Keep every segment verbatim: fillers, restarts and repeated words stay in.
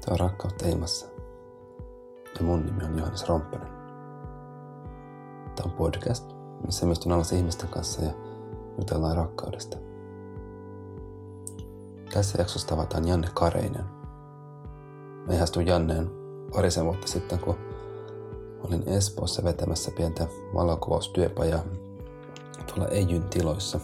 Tämä on Rakkautta ilmassa. Ja mun nimi on Johannes Romppanen. Tämä on podcast, missä me istun alas ihmisten kanssa ja jutellaan rakkaudesta. Tässä jaksossa tavataan Janne Kareinen. Mä ihastuin Janneen parisen vuotta sitten, kun olin Espoossa vetämässä pientä valokuvaustyöpajaa tuolla Ejyn tiloissa.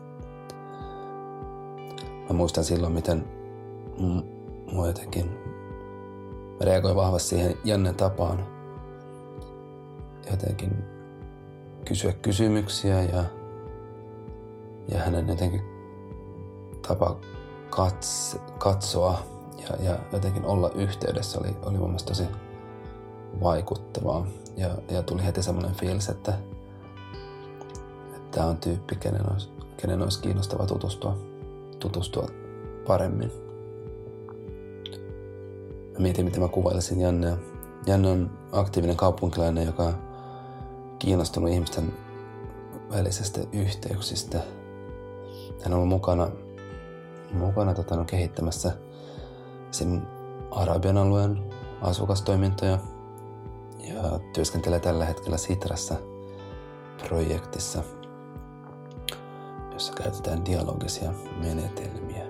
Mä muistan silloin, miten mua jotenkin reagoi vahvasti siihen Jannen tapaan jotenkin kysyä kysymyksiä ja, ja hänen jotenkin tapa kats, katsoa ja, ja jotenkin olla yhteydessä oli, oli mun mielestä tosi vaikuttavaa. Ja, ja tuli heti semmoinen fiilis, että tämä on tyyppi, kenen olisi, kenen olisi kiinnostava tutustua, tutustua paremmin. Mä mietin, miten mä kuvailisin Jannea. Janne on aktiivinen kaupunkilainen, joka on kiinnostunut ihmisten välisistä yhteyksistä. Hän on ollut mukana, mukana tota, no, kehittämässä esim. Arabian alueen asukastoimintoja ja työskentelee tällä hetkellä Sitrassa projektissa, jossa käytetään dialogisia menetelmiä.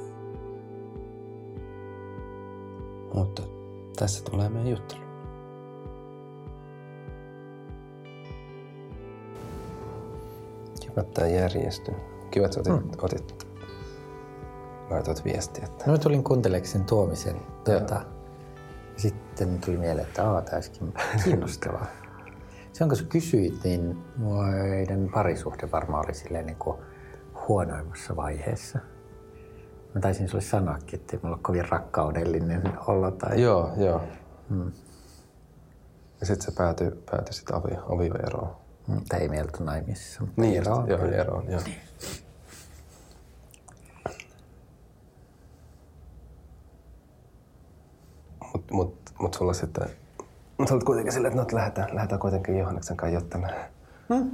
Mutta tässä tulee meidän juttelu. Kiva, että tämä järjestyy. Kiva, että otit, hmm. otit, laitoit viestiä. Että... No, mä tulin kuuntelemaan sen tuomisen. Tuota, sitten tuli mieleen, että aah, tämä olisikin kiinnostavaa. Se on, kun sä kysyit, niin meidän parisuhde varmaan oli silleen niin kuin huonoimmassa vaiheessa. Mä taisin sulle sanoakin, että ei mulla ole kovin rakkaudellinen olo. Tai... Joo, joo. Hmm. Ja sitten se päätyi, päätyi sitten avi, avioeroon. Hmm, tai ei meillä oltu naimisissa, mutta niin, eroon. Joo, eroon, joo. Mutta mut, mut sulla sitten... Mut sä olet kuitenkin silleen, että no, lähdetään, lähdetään kuitenkin Johanneksen kanssa juttelemaan. Hmm.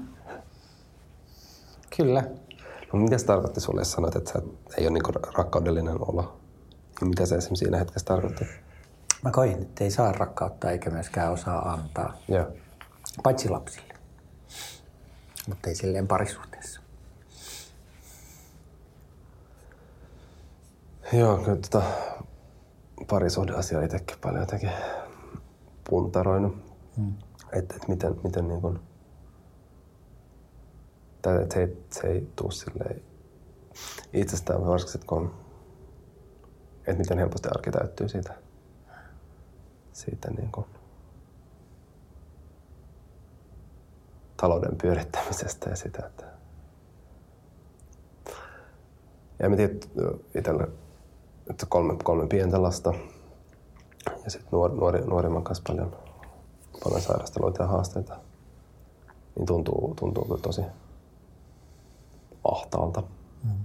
Kyllä. No, mitä se tarkoitti sulle, jos sanoit, että sä ei ole niinku rakkaudellinen olo? Mitä se esimerkiksi siinä hetkessä tarkoitti? Mä koin, että ei saa rakkautta eikä myöskään osaa antaa. Joo. Paitsi lapsille. Mutta ei silleen parisuhteessa. Joo, kyllä tota parisuhdeasiaa itsekin paljon jotenkin puntaroinut. Hmm. Että et miten, miten niin kun... Tai että se ei, se ei tuu silleen itsestään, varsinkin kun... Että miten helposti arki täyttyy siitä. Siitä niin kun... talouden pyörittämisestä ja sitä, että... Ja mä tiedän itsellä, että kolme, kolme pientä lasta ja sitten nuor, nuori, nuorimman kanssa paljon, paljon sairasteluita ja haasteita, niin tuntuu, tuntuu kyllä tosi ahtaalta. Mm.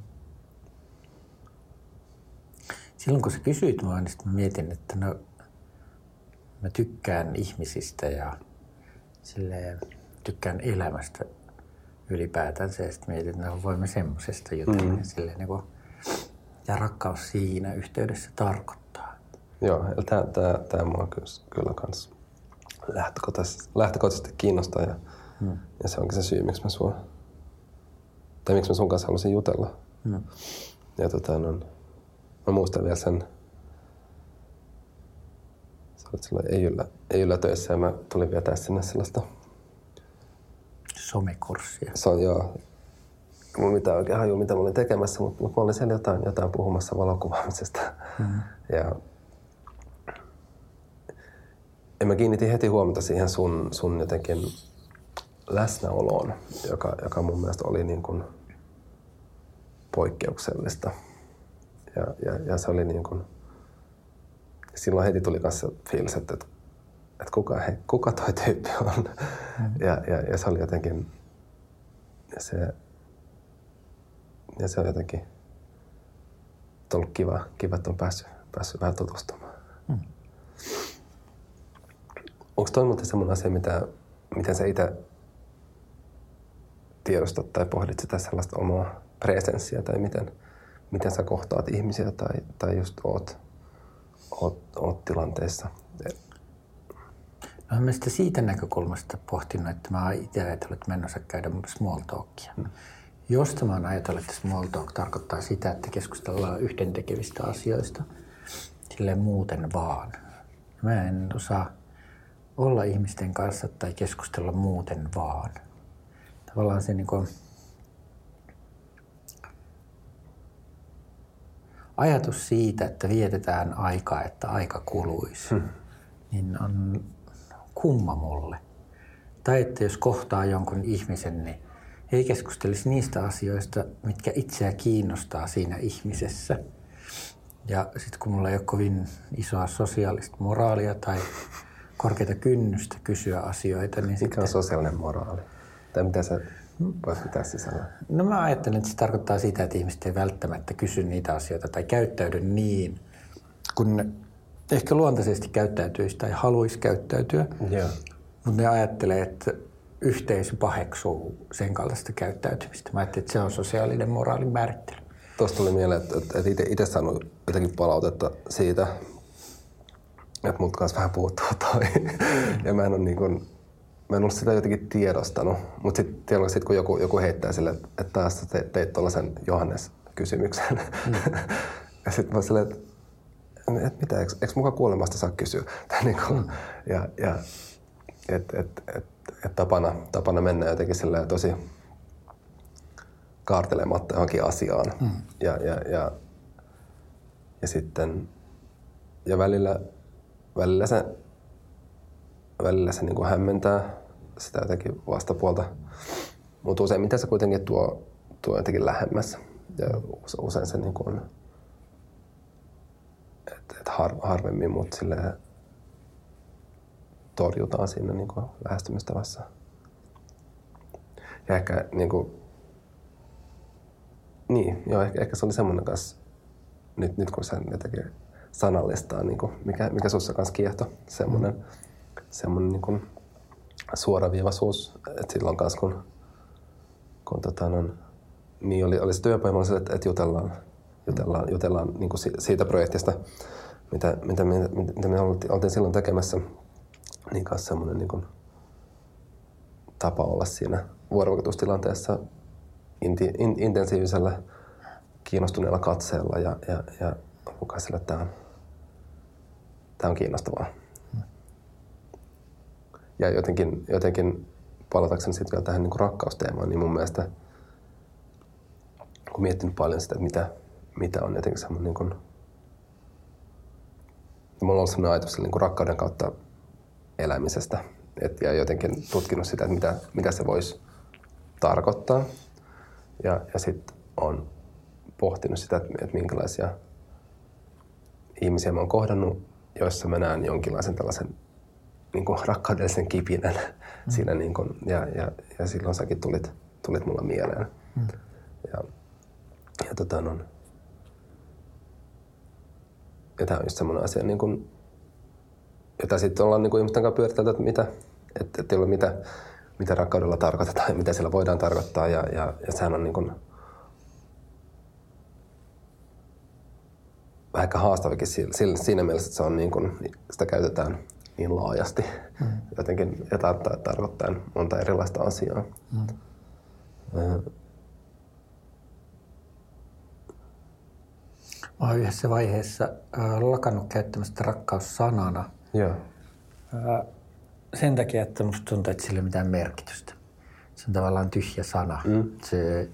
Silloin kun sä kysyit mua, niin mä mietin, että no, mä tykkään ihmisistä ja silleen, tykkään elämästä ylipäätään. Ja sitten mietin, että no, voimme semmoisesta jutella. Mm. Silleen, niin kuin, ja rakkaus siinä yhteydessä tarkoittaa. Joo, tämä mua kyllä, kyllä kans lähtökohtaisesti, lähtökohtaisesti kiinnostaa. Ja, mm. ja se onkin se syy, miksi mä sua, tai miksi mä sun kanssa halusin jutella. Mm. Ja tota, no, mä muistan vielä sen, sä olet silloin Ejyllä, Ejyllä töissä ja mä tulin vetää sinne sellaista somekurssia. Se on joo. Mulla ei mitään oikein hajua, mitä mä olin tekemässä, mutta, mutta mä olin siellä jotain, jotain puhumassa valokuvaamisesta. Mm-hmm. Ja, ja mä kiinnitin heti huomiota siihen sun, sun jotenkin läsnäoloon, joka, joka mun mielestä oli niin kuin poikkeuksellista. Ja, ja, ja se oli niin kuin... Silloin heti tuli kanssa fiilis, että, että kuka, he, kuka toi tyyppi on. Mm-hmm. Ja, ja, ja se oli jotenkin... Ja se, ja se on jotenkin ollut kiva, kiva että on päässyt, päässyt vähän tutustumaan. Mm. Onko toi muuten semmoinen asia, mitä, miten sä itse tiedostat tai pohdit sitä sellaista omaa presenssiä tai miten, miten sä kohtaat ihmisiä tai, tai just oot, oot, oot tilanteessa? No, mä sitä siitä näkökulmasta pohtinut, että mä oon itse ajatellut, että mä en osaa käydä small talkia. Hmm. Josta mä oon ajatellut, että small talk tarkoittaa sitä, että keskustellaan yhdentekevistä asioista silleen muuten vaan. Mä en osaa olla ihmisten kanssa tai keskustella muuten vaan. Tavallaan se niin kuin ajatus siitä, että vietetään aikaa, että aika kuluisi, hmm. niin on kumma mulle. Tai että jos kohtaa jonkun ihmisen, niin ei keskustelisi niistä asioista, mitkä itseä kiinnostaa siinä ihmisessä. Ja sitten kun mulla ei ole kovin isoa sosiaalista moraalia tai korkeata kynnystä kysyä asioita, niin mikä sitten on sosiaalinen moraali? Tai mitä sä voit pitää sisällä? No mä ajattelen, että se tarkoittaa sitä, että ihmiset ei välttämättä kysy niitä asioita tai käyttäydy niin, kun ne ehkä luontaisesti käyttäytyisi tai haluaisi käyttäytyä. Yeah. Mutta ne ajattelee, että yhteisö paheksuu sen kaltaista käyttäytymistä. Mä ajattelin, että se on sosiaalinen moraalin määrittely. Tuosta tuli mieleen, että, että itse saanut jotakin palautetta siitä, että multa kanssa vähän puuttuu toi. Ja mä en ole niin kuin, mä en ollut sitä jotenkin tiedostanut. Mutta sitten sit, kun joku, joku heittää sille, että taas te, teit tuollaisen Johannes-kysymyksen. Mm. Ja sitten mä silleen, että, että mitä, eikö, eikö mukaan kuolemasta saa kysyä? niin kuin, mm. Ja, ja että et, et, et tapana, tapana mennä jotenkin silleen tosi kaartelematta johonkin asiaan. Mm. Ja, ja, ja, ja sitten, ja välillä, välillä se, välillä se niin kuin hämmentää sitä jotenkin vastapuolta. Mutta useimmiten se kuitenkin tuo, tuo jotenkin lähemmäs. Ja usein se niin kuin, että et har, harvemmin mut silleen torjutaan siinä niin kuin lähestymistavassa. Ja ehkä niin kuin, niin, joo, ehkä, ehkä se oli semmoinen kanssa, nyt, nyt kun sen jotenkin sanallistaa, niin kuin, mikä, mikä sussa kanssa kiehtoi, semmoinen, mm. semmoinen niin kuin suoraviivaisuus, että silloin kanssa kun, kun tota, no, niin oli, oli se työpaimalla, että, että jutellaan, jutellaan, jutellaan niin kuin siitä projektista, mitä, mitä, mitä, mitä me oltiin silloin tekemässä, niin kanssa semmoinen niin kuin tapa olla siinä vuorovaikutustilanteessa inti, in, intensiivisellä, kiinnostuneella katseella ja, ja, ja lukaisella, että tämä on, tämä on kiinnostavaa. Hmm. Ja jotenkin, jotenkin palatakseni sitten vielä tähän niin kuin rakkausteemaan, niin mun mielestä kun miettinyt paljon sitä, että mitä, mitä on jotenkin semmoinen niin kuin, mulla on ollut semmoinen ajatus niin kuin rakkauden kautta elämisestä et, ja jotenkin tutkinut sitä, että mitä, mitä se voisi tarkoittaa. Ja, ja sitten olen pohtinut sitä, että, että minkälaisia ihmisiä mä oon kohdannut, joissa mä näen jonkinlaisen tällaisen niin kuin rakkaudellisen kipinän mm. siinä. Niin kuin, ja, ja, ja silloin säkin tulit, tulit mulla mieleen. Mm. Ja, ja, tota, no, ja tää on just semmoinen asia, niin kuin, jota sitten ollaan niin kuin ihmisten kanssa pyöritelty, että mitä, et, et ei ole mitä, mitä rakkaudella tarkoitetaan ja mitä siellä voidaan tarkoittaa. Ja, ja, ja sehän on niin kuin vähän ehkä haastavakin siinä, siinä mielessä, että se on niin kuin, sitä käytetään niin laajasti mm. jotenkin ja tar- tarkoittaa monta erilaista asiaa. Mm. Mä oon yhdessä vaiheessa äh, lakannut käyttämästä rakkaussanana. Joo. Äh, sen takia, että musta tuntuu, että sillä ei ole mitään merkitystä. Se on tavallaan tyhjä sana. Mm. Se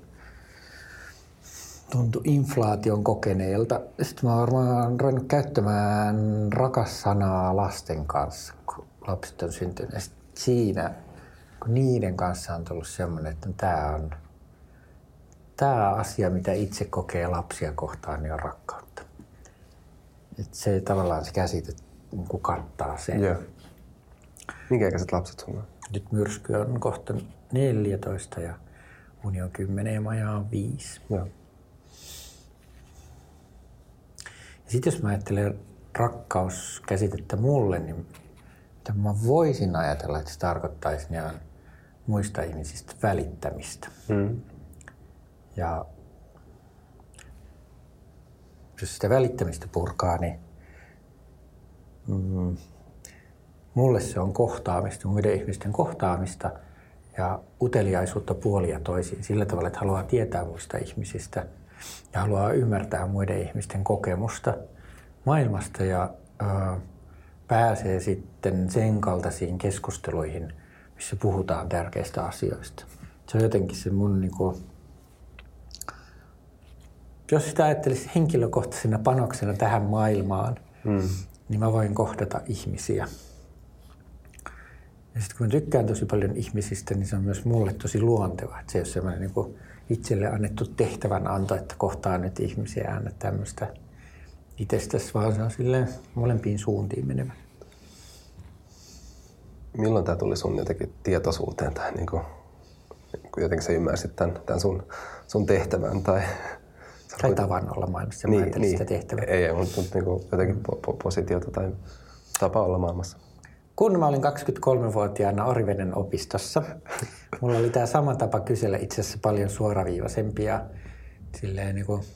tuntui inflaation kokeneelta. Sitten mä oon varmaan ruvennut käyttämään rakas-sanaa lasten kanssa, kun lapset on syntynyt. Ja siinä, kun niiden kanssa on tullut semmoinen, että tää on tämä asia, mitä itse kokee lapsia kohtaan, niin on rakkautta. Et se tavallaan se käsite niin kattaa sen. Joo. Minkä ikäiset lapset sulla on? Nyt Myrsky on kohta neljätoista ja Uni on kymmenen ja Maja on viisi. Joo. Ja sitten jos mä ajattelen rakkauskäsitettä mulle, niin mitä mä voisin ajatella, että se tarkoittaisi, niin on muista ihmisistä välittämistä. Mm. Ja jos sitä välittämistä purkaa, niin mm, mulle se on kohtaamista, muiden ihmisten kohtaamista ja uteliaisuutta puolia toisiin sillä tavalla, että haluaa tietää muista ihmisistä ja haluaa ymmärtää muiden ihmisten kokemusta maailmasta ja ö, pääsee sitten sen kaltaisiin keskusteluihin, missä puhutaan tärkeistä asioista. Se on jotenkin se mun, niin kuin, jos sitä ajattelisi henkilökohtaisena panoksena tähän maailmaan, mm. niin mä voin kohdata ihmisiä. Ja sitten kun mä tykkään tosi paljon ihmisistä, niin se on myös mulle tosi luonteva. Että se ei ole semmoinen niin kuin itselle annettu tehtävänanto, että kohtaa nyt ihmisiä ja anna tämmöistä itsestäsi, vaan se on silleen molempiin suuntiin menevä. Milloin tämä tuli sun jotenkin tietoisuuteen tai niin kuin, kun jotenkin sä ymmärsit tämän, tämän sun, sun tehtävän? Tai, tai tavan olla maailmassa ja niin, niin, sitä tehtävää. Ei, mutta niin kuin jotenkin po, po, positiota tai tapa olla maailmassa. Kun mä olin kaksikymmentäkolmevuotiaana Oriveden opistossa, mulla oli tämä sama tapa kysellä itse asiassa paljon suoraviivaisempi ja silleen niin kuin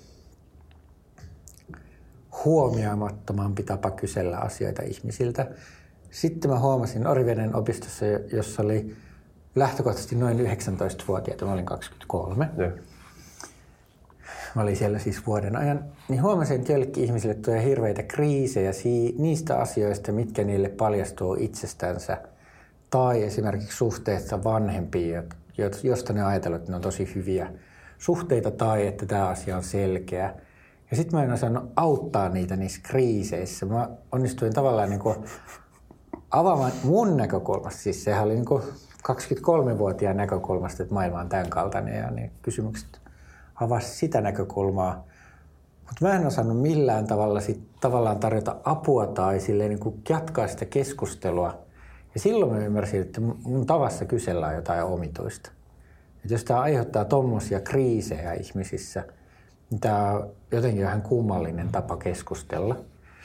huomioimattomampi tapa kysellä asioita ihmisiltä. Sitten mä huomasin Oriveden opistossa, jossa oli lähtökohtaisesti noin yhdeksäntoistavuotiaita, mä olin kaksikymmentäkolme. Yeah. Mä olin siellä siis vuoden ajan, niin huomasin, että joillekin ihmisille tulee hirveitä kriisejä niistä asioista, mitkä niille paljastuu itsestänsä. Tai esimerkiksi suhteessa vanhempiin, josta ne ajatellut, että ne on tosi hyviä suhteita tai että tämä asia on selkeä. Ja sitten mä en osannut auttaa niitä niissä kriiseissä. Mä onnistuin tavallaan niin kuin avaamaan mun näkökulmasta. Siis sehän oli niin kuin kaksikymmentäkolmevuotiaan näkökulmasta, että maailma on tämän kaltainen ja ne kysymykset avasi sitä näkökulmaa. Mutta mä en osannut millään tavalla sit tavallaan tarjota apua tai silleen niin kuin jatkaa sitä keskustelua. Ja silloin mä ymmärsin, että mun tavassa kysellään jotain omituista. Että jos tämä aiheuttaa tommosia kriisejä ihmisissä, niin tämä on jotenkin vähän kummallinen tapa keskustella.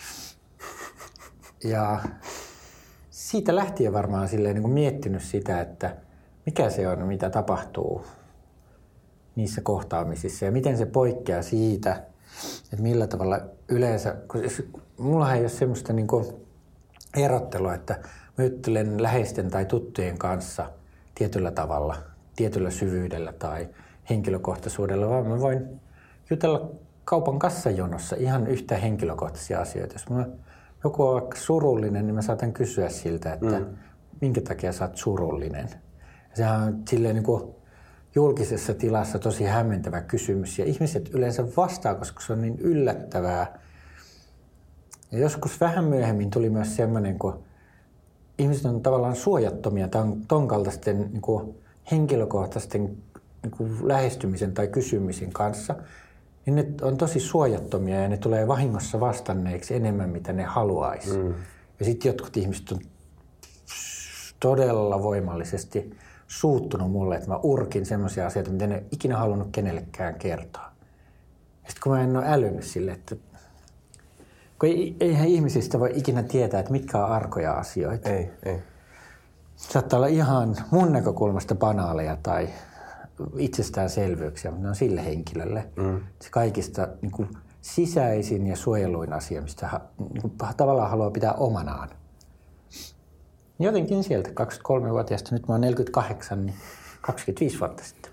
Ja siitä lähtien varmaan silleen niin kuin miettinyt sitä, että mikä se on, mitä tapahtuu niissä kohtaamisissa ja miten se poikkeaa siitä, että millä tavalla yleensä, kun mullahan ei ole semmoista niin kuin erottelua, että mä juttelen läheisten tai tuttujen kanssa tietyllä tavalla, tietyllä syvyydellä tai henkilökohtaisuudella, vaan mä voin jutella kaupan kassajonossa ihan yhtä henkilökohtaisia asioita. Jos mä, joku on vaikka surullinen, niin mä saatan kysyä siltä, että mm. minkä takia sä oot surullinen. Ja sehän on silleen niin kuin julkisessa tilassa tosi hämmentävä kysymys ja ihmiset yleensä vastaa, koska se on niin yllättävää. Ja joskus vähän myöhemmin tuli myös semmoinen, kun ihmiset on tavallaan suojattomia ton kaltaisten niin kuin henkilökohtaisten niin kuin lähestymisen tai kysymisen kanssa, niin ne on tosi suojattomia ja ne tulee vahingossa vastanneeksi enemmän, mitä ne haluaisi. Mm. Ja sitten jotkut ihmiset on todella voimallisesti suuttunut mulle, että mä urkin semmoisia asioita, mitä en ikinä halunnut kenellekään kertoa. Ja sitten kun mä en ole älynyt sille, että kun eihän ihmisistä voi ikinä tietää, että mitkä on arkoja asioita. Ei, ei. Saattaa olla ihan mun näkökulmasta banaaleja tai itsestäänselvyyksiä, mutta ne on sille henkilölle. Mm. Se kaikista niin kuin sisäisin ja suojeluin asia, mistä niin kuin, tavallaan haluaa pitää omanaan. Jotenkin sieltä kaksikymmentäkolmevuotiaasta, nyt mä oon neljäkymmentäkahdeksan, niin kaksikymmentäviisi vuotta sitten.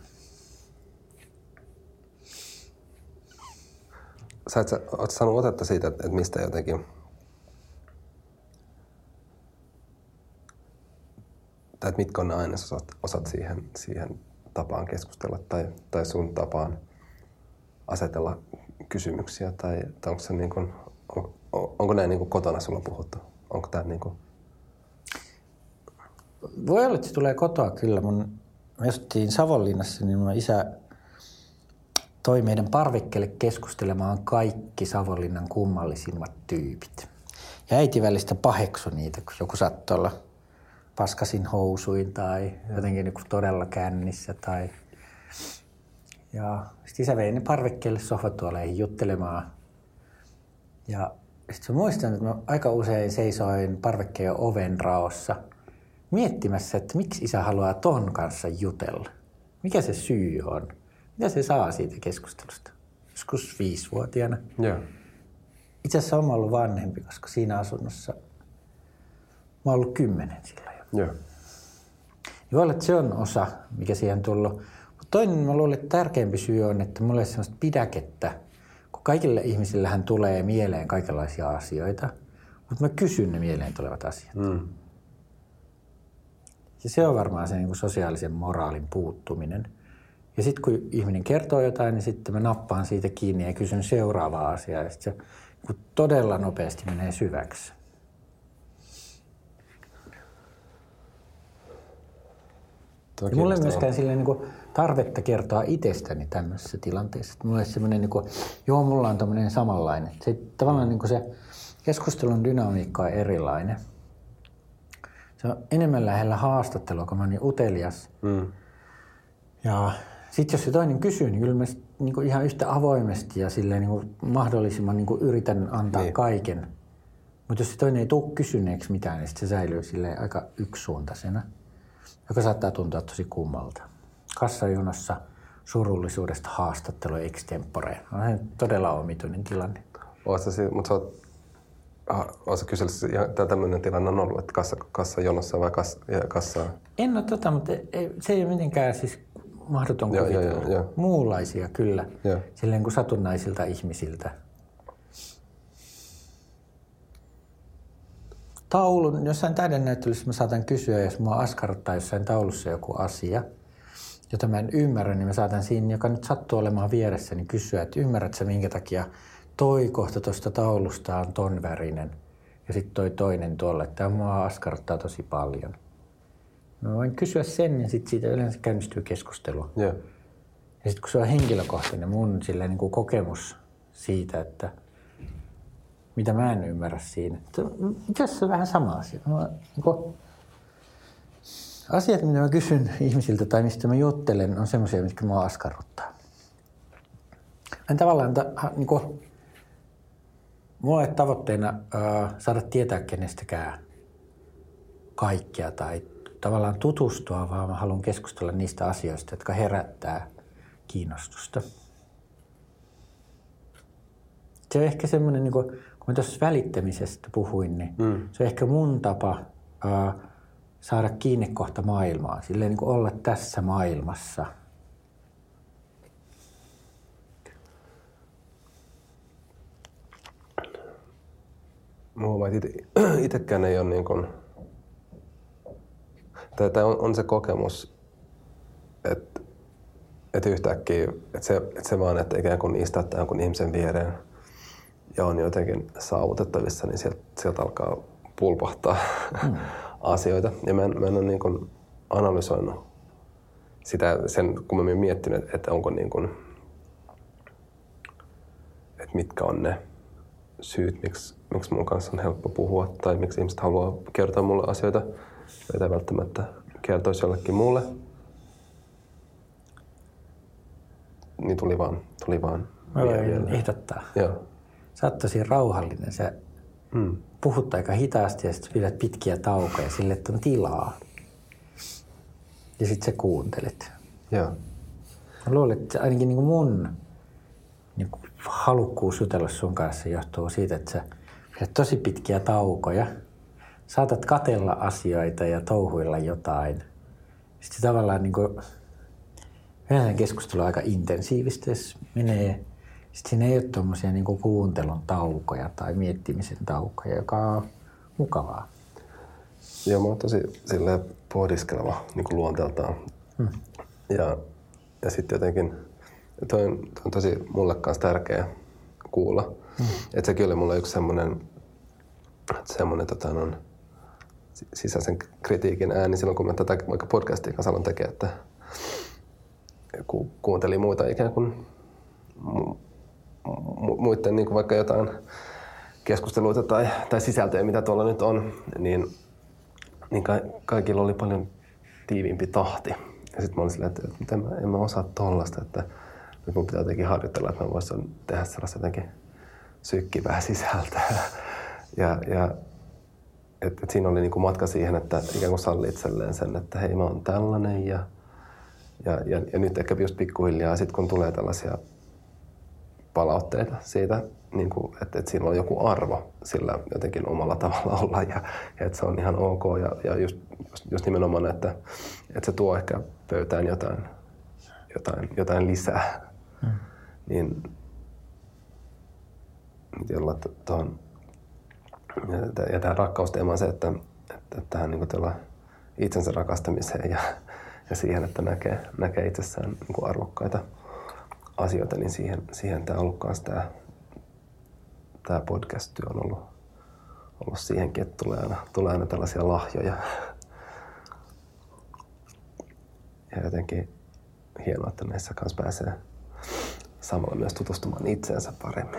Sä et sä, oot saanut otetta siitä, että mistä jotenkin, tai että mitkä on ne ainesosat osat siihen, siihen tapaan keskustella tai, tai sun tapaan asetella kysymyksiä, tai, tai onko, se niin kuin, on, onko näin niin kuin kotona sulla puhuttu? Onko tämä niin kuin... Voi olla, että se tulee kotoa kyllä. Mun, me asuttiin Savonlinnassa, niin mun isä toi meidän parvekkeelle keskustelemaan kaikki Savonlinnan kummallisimmat tyypit. Ja äiti välistä paheksui niitä, kun joku saattoi olla paskasin housuin tai jotenkin niin todella kännissä. Tai... Ja sitten isä vei ne parvekkeelle sohvatuoleihin juttelemaan. Ja sitten mä muistan, että mä aika usein seisoin parvekkeen oven raossa miettimässä, että miksi isä haluaa ton kanssa jutella. Mikä se syy on? Mitä se saa siitä keskustelusta? Joskus viisivuotiaana. Yeah. Itse asiassa olen ollut vanhempi, koska siinä asunnossa Mä oon ollut kymmenen sillä jo. Joo. Voi olla, että se on osa, mikä siihen on tullut. Mutta toinen, mä luulen, että tärkeämpi syy on, että mulla ei sellaista pidäkettä, kun kaikille ihmisillähän tulee mieleen kaikenlaisia asioita, mutta mä kysyn ne mieleen tulevat asiat. Mm. Ja se on varmaan se niin kuin sosiaalisen moraalin puuttuminen. Ja sitten kun ihminen kertoo jotain, niin sitten mä nappaan siitä kiinni ja kysyn seuraavaa asiaa. Ja sitten se niin todella nopeasti menee syväksi. Ja mulla ei myöskään silleen niin kuin tarvetta kertoa itsestäni tämmöisessä tilanteessa. Mulla ei semmoinen, niin kuin, joo, mulla on tämmöinen samanlainen. Se, tavallaan niin kuin se keskustelun dynamiikka on erilainen. Se on enemmän lähellä haastattelua, kun mä oon niin utelias. Mm. Ja sitten jos se toinen kysyy, niin kyllä mä niin kuin ihan yhtä avoimesti ja silleen niin kuin mahdollisimman niin kuin yritän antaa niin kaiken. Mutta jos se toinen ei tule kysyneeksi mitään, niin sitten se säilyy silleen aika yksisuuntaisena, joka saattaa tuntua tosi kummalta. Kassajonossa surullisuudesta haastattelu extempore. On se todella omituinen tilanne. Oletko sä, mutta sä oot, oletko kysynyt, että tämmöinen tilanne on ollut, että kassa, kassajonossa vai kassa, kassaa? En ole tota, mutta ei, se ei ole mitenkään siis mahdoton kuvitella. Muunlaisia kyllä, ja silleen kuin satunnaisilta ihmisiltä. Taulun, jossain taidennäyttelyssä mä saatan kysyä, jos mua askarruttaa jossain taulussa joku asia, jota mä en ymmärrä, niin mä saatan siinä, joka nyt sattuu olemaan vieressä, niin kysyä, että ymmärrätkö sä minkä takia toi kohta tuosta taulusta on ton värinen ja sitten toi toinen tuolla, että tämä mua askarruttaa tosi paljon. Mä voin kysyä sen ja sitten siitä yleensä käynnistyy keskustelua. Yeah. Ja sitten kun se on henkilökohtainen mun silleen, niin kuin kokemus siitä, että mitä mä en ymmärrä siinä. Itse asiassa se on vähän sama asia. Mä, niin kuin, asiat, mitä mä kysyn ihmisiltä tai mistä mä juttelen, on semmoisia, mitkä mua askarruttaa. En tavallaan, niin kuin, mulla ei tavoitteena äh, saada tietää kenestäkään kaikkea tai tavallaan tutustua, vaan mä haluan keskustella niistä asioista, jotka herättää kiinnostusta. Se on ehkä semmoinen, niin kuin, kun mä tuossa välittämisestä puhuin, niin mm. se on ehkä mun tapa äh, saada kiinni kohta maailmaa, silleen niin kuin olla tässä maailmassa. Mä huomaan, että itsekään ei ole niin kuin, tämä on, on se kokemus, että, että yhtäkkiä, että se, että se vaan, että ikään kuin istuttaa jonkun ihmisen viereen ja on jotenkin saavutettavissa, niin sieltä, sieltä alkaa pulpahtaa mm. asioita. Ja mä en, mä en ole niin kuin analysoinut sitä sen kummemmin miettinyt, että onko niin kuin, että mitkä on ne syyt, miksi, miksi mun kanssa on helppo puhua tai miksi ihmiset haluaa kertoa mulle asioita, joita välttämättä kertoisi jollekin muulle. Niin tuli vaan, tuli vaan. Mä voin ehdottaa. Joo. Sä oot tosi rauhallinen. Sä hmm. puhut aika hitaasti ja sit pidät pitkiä taukoja sille, että on tilaa. Ja sit sä kuuntelet. Joo. Mä luulen, että ainakin niin kuin mun niin kuin halukkuus jutella sun kanssa johtuu siitä, että sä pidät tosi pitkiä taukoja. Saatat katsella asioita ja touhuilla jotain. Sitten tavallaan niin kuin yleensä keskustelu on aika intensiivistä, jos menee. Sitten siinä ei ole tuommoisia niin kuin kuuntelun taukoja tai miettimisen taukoja, joka on mukavaa. Joo, mä oon tosi silleen pohdiskeleva niin kuin luonteeltaan. Hmm. Ja, ja sitten jotenkin, toi on, toi on tosi mulle kanssa tärkeä kuulla. Hmm. Että sekin oli mulle yksi semmoinen, semmoinen tota, on, sisäisen kritiikin ääni silloin, kun mä tätä vaikka podcastia kanssa aloin tekemään, että ku, kuuntelin muita ikään kuin mu, mu, muiden niin kuin vaikka jotain keskusteluita tai, tai sisältöjä, mitä tuolla nyt on, niin, niin ka, kaikilla oli paljon tiiviimpi tahti. Ja sitten mä olin silleen, että, että mä, en mä osaa tollaista, että nyt mun pitää jotenkin harjoitella, että mä voisin tehdä sellaista jotenkin sykkivää sisältöä. ja, ja Et, et siinä oli niinku matka siihen, että ikään kuin salli itselleen sen, että hei, mä oon tällainen ja, ja, ja, ja nyt ehkä just pikkuhiljaa, sit kun tulee tällaisia palautteita siitä, niin kuin, että, että siinä on joku arvo sillä jotenkin omalla tavalla olla ja, ja että se on ihan ok ja, ja just, just, just nimenomaan, että, että se tuo ehkä pöytään jotain, jotain, jotain lisää. Mm. Niin jolla tuohon, ja, ja tämä rakkausteema on se, että, että, että tähän niin kuin itsensä rakastamiseen ja, ja siihen, että näkee, näkee itsessään niin kuin arvokkaita asioita, niin siihen, siihen tämä on ollut myös tämä, tämä podcast-työ on ollut, ollut siihenkin, että tulee aina, tulee aina tällaisia lahjoja. Ja jotenkin hienoa, että näissä kanssa pääsee samalla myös tutustumaan itseensä paremmin.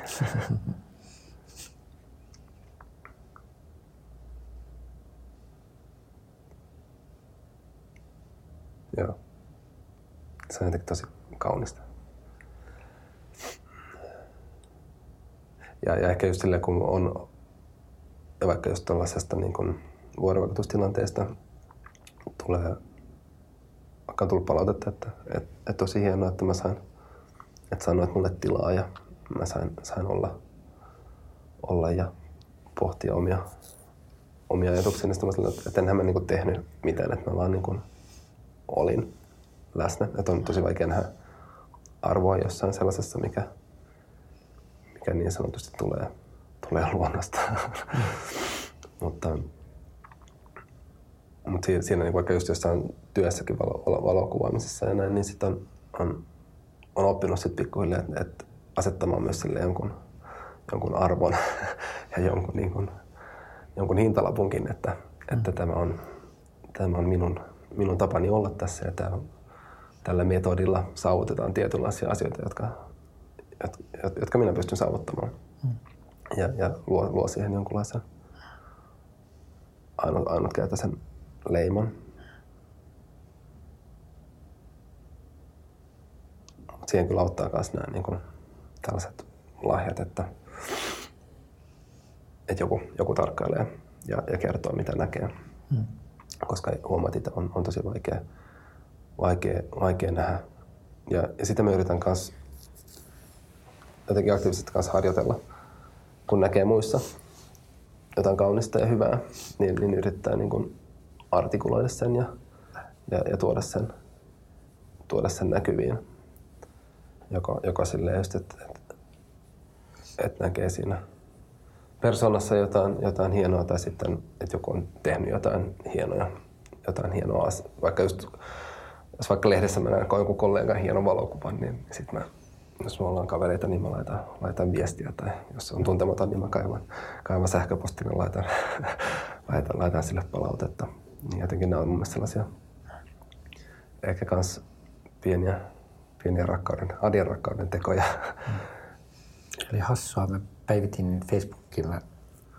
Joo. Se on jotenkin tosi kaunista. Ja, ja ehkä just silleen, kun on ja vaikka just tällaisesta niin kuin vuorovaikutustilanteesta tulee, vaikka on tullut palautetta, että, että, että tosi hienoa, että mä sain, että sanoit mulle tilaa ja mä sain, sain olla, olla ja pohtia omia, omia ajatuksia. Sitten mä sanoin, että enhän mä niin kuin tehnyt mitään, että mä vaan niin kuin olin läsnä. Että on tosi vaikea nähdä arvoa jossain sellaisessa, mikä, mikä niin sanotusti tulee, tulee luonnosta. Mm. mutta mutta siinä, siinä niin vaikka just jossain työssäkin valo, valo, valokuvaamisessa ja näin, niin sit on, on, on oppinut sit pikkuhiljaa, että, että asettamaan myös sille jonkun, jonkun arvon ja jonkun, niin kuin, jonkun hintalapunkin, että, että tämä on, tämä on minun, minun tapani olla tässä ja tämä, tällä metodilla saavutetaan tietynlaisia asioita, jotka, jotka, jotka minä pystyn saavuttamaan. Mm. Ja, ja luo, luo siihen jonkunlaisen ainut, ainutkertaisen leimon. Siihen kyllä auttaa myös nämä niin kuin, tällaiset lahjat, että, että joku, joku tarkkailee ja, ja kertoo, mitä näkee. Mm. Koska huomaat, että on, on tosi vaikea, vaikea, vaikea nähdä. Ja, ja sitä mä yritän myös jotenkin aktiivisesti kanssa harjoitella. Kun näkee muissa jotain kaunista ja hyvää, niin, niin yrittää niin kuin artikuloida sen ja, ja, ja tuoda, sen, tuoda sen näkyviin. Joko, joko silleen just, että et, et näkee siinä persoonassa jotain, jotain hienoa tai sitten, että joku on tehnyt jotain hienoja, jotain hienoa. Vaikka just, jos vaikka lehdessä mä näen joku kollegan hienon valokuvan, niin sitten mä, jos me ollaan kavereita, niin mä laitan, laitan viestiä. Tai jos on tuntematon, niin mä kaivan, kaivan sähköpostin ja laitan, laitan, laitan sille palautetta. Niin jotenkin nämä on mun mielestä sellaisia ehkä kans pieniä, pieniä rakkauden, adien rakkauden tekoja. Mm. Eli hassua. Mä päivitin Facebookiin. Mä,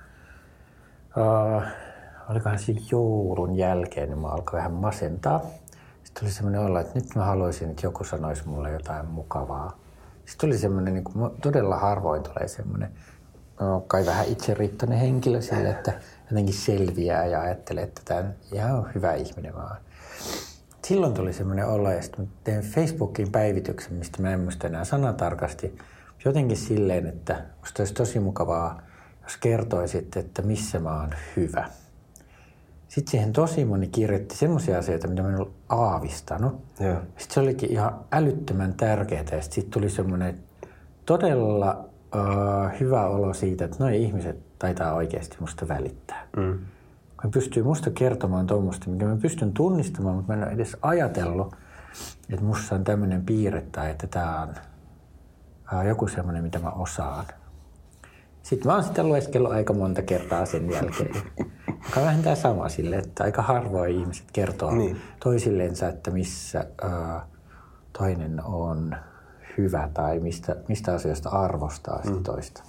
uh, olikohan siinä joulun jälkeen, niin mä alkoin vähän masentaa. Sitten tuli semmoinen olo, että nyt mä haluaisin, että joku sanoisi mulle jotain mukavaa. Sitten tuli semmoinen, niin kuin, todella harvoin tulee semmoinen, no, kai vähän itseriittoinen henkilö sille, että jotenkin selviää ja ajattelee, että tämä on ihan hyvä ihminen vaan. Silloin tuli semmoinen olo, ja sitten tein Facebookiin päivityksen, mistä mä en muista enää sanatarkasti. Jotenkin silleen, että musta olisi tosi mukavaa, jos kertoisit, että missä mä oon hyvä. Sitten siihen tosi moni kirjoitti semmoisia asioita, mitä mä en ollut aavistanut. Yeah. Sitten se olikin ihan älyttömän tärkeää. Ja sitten tuli semmoinen todella uh, hyvä olo siitä, että noi ihmiset taitaa oikeasti musta välittää. Mm. Mä pystyy musta kertomaan tuommoista, mikä mä pystyn tunnistamaan, mutta mä en ole edes ajatellut, että musta on tämmöinen piirre tai että tää on uh, joku semmoinen, mitä mä osaan. Sitten mä oon sitä lueskellut aika monta kertaa sen jälkeen. Joka vähän tää sama sille, että aika harvoin ihmiset kertoo niin toisillensa, että missä uh, toinen on hyvä tai mistä, mistä asioista arvostaa mm. toista.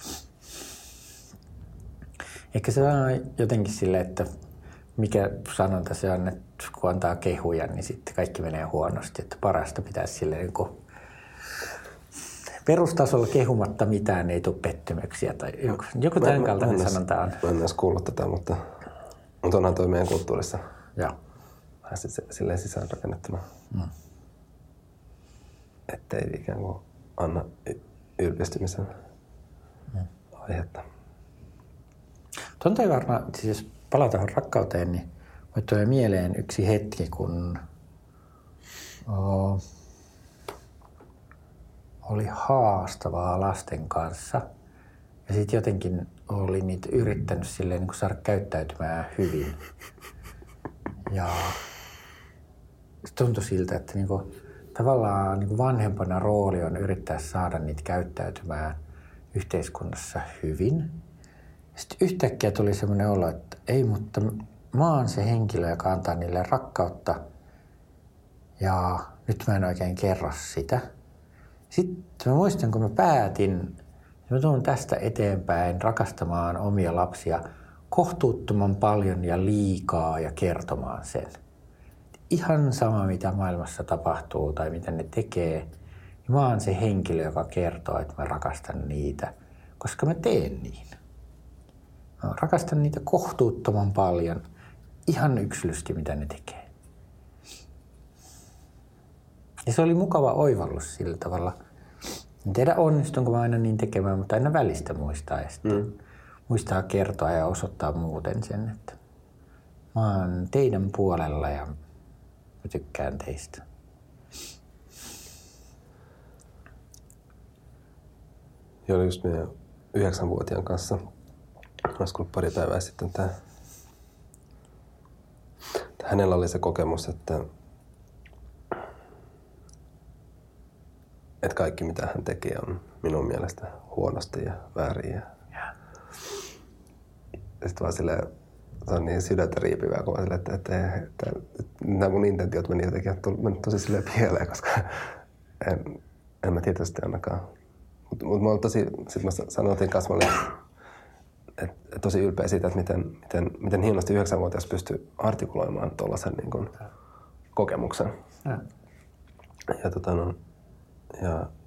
Ehkä se on jotenkin silleen, että mikä sanonta se on, että kun antaa kehuja, niin sitten kaikki menee huonosti. Että parasta pitäisi silleen niin kuin perustasolla kehumatta mitään ei tule pettymyksiä tai joku, joku tämän kaltainen sanonta on. Mä en edes kuullut tätä, mutta, mutta onhan toi meidän kulttuurissa Joo. vähän silleen sisäänrakennettuna. Mm. Ettei ikään kuin anna ylpistymisen mm. aihetta. Tuon ei varmaan, siis jos palataan rakkauteen, niin mulle tulee mieleen yksi hetki, kun oh, oli haastavaa lasten kanssa. Ja sitten jotenkin oli niitä yrittänyt silleen, niin kuin saada käyttäytymään hyvin. Ja tuntui siltä, että niin kuin, tavallaan niin kuin vanhempana rooli on yrittää saada niitä käyttäytymään yhteiskunnassa hyvin. Sitten yhtäkkiä tuli semmoinen olo, että ei, mutta mä oon se henkilö, joka antaa niille rakkautta. Ja nyt mä en oikein kerro sitä. Sitten mä muistan, kun mä päätin, että mä tulen tästä eteenpäin rakastamaan omia lapsia kohtuuttoman paljon ja liikaa ja kertomaan sen. Ihan sama, mitä maailmassa tapahtuu tai mitä ne tekee, niin mä oon se henkilö, joka kertoo, että mä rakastan niitä, koska mä teen niin. Mä rakastan niitä kohtuuttoman paljon, ihan yksilösti, mitä ne tekee. Ja se oli mukava oivallus sillä tavalla. En tiedä onnistunko mä aina niin tekemään, mutta aina välistä muistaa ja sitten mm. muistaa kertoa ja osoittaa muuten sen, että mä oon teidän puolella ja mä tykkään teistä. Joo, just meidän yhdeksänvuotiaan kanssa olisiko pari päivää sitten tää. Hänellä oli se kokemus, että että kaikki mitä hän tekee on minun mielestä huonosti ja väärin. Ja, ja sitten vaan silleen, se on niin sydäntä riipivää, kun silleen, että, että, että, että nämä mun intentiot meni jotenkin meni tosi silleen pieleen, koska en, en mä tietysti ainakaan. Mutta mut mä olin tosi, sit mä sanoin kanssa, mä olin et, tosi ylpeä siitä, että miten, miten, miten hienosti yhdeksänvuotias pystyi artikuloimaan tuollaisen niin kuin kokemuksen. Ja, ja tota no, Ja,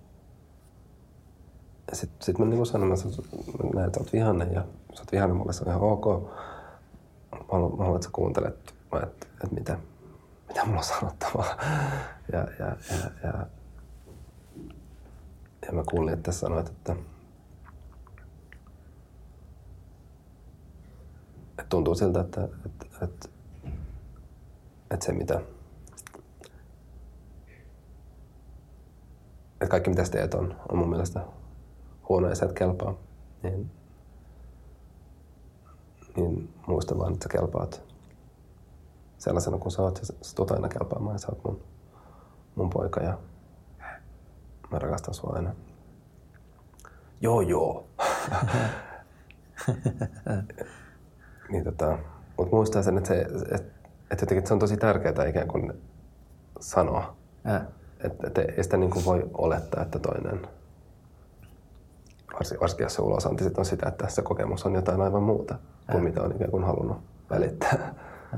ja sit, sit mä niinku sanon, että näin, että oot vihainen ja sä oot vihainen mulle, se on ihan ok. Mä haluan, mä haluan että sä kuuntelet, että, että, että mitä, mitä mulla on sanottavaa. Ja, ja, ja, ja, ja mä kuulin, että sanoit, että, että tuntuu siltä, että, että, että, että se mitä että kaikki mitä sä teet on, on mun mielestä huono ja sä et kelpaa, niin, niin muista vaan, että sä kelpaat sellaisena kuin sä oot ja sä tulet aina kelpaamaan ja sä oot mun, mun poika ja mä rakastan sua aina. Joo joo. niin tota, mut muistaa sen, että, se, että, että jotenkin se on tosi tärkeää ikään kuin sanoa. Äh. Että et ei sitä niin kuin voi olettaa, että toinen, varsinkin jos se ulosanti sit on sitä, että se kokemus on jotain aivan muuta kuin mitä on ikään kuin halunnut välittää.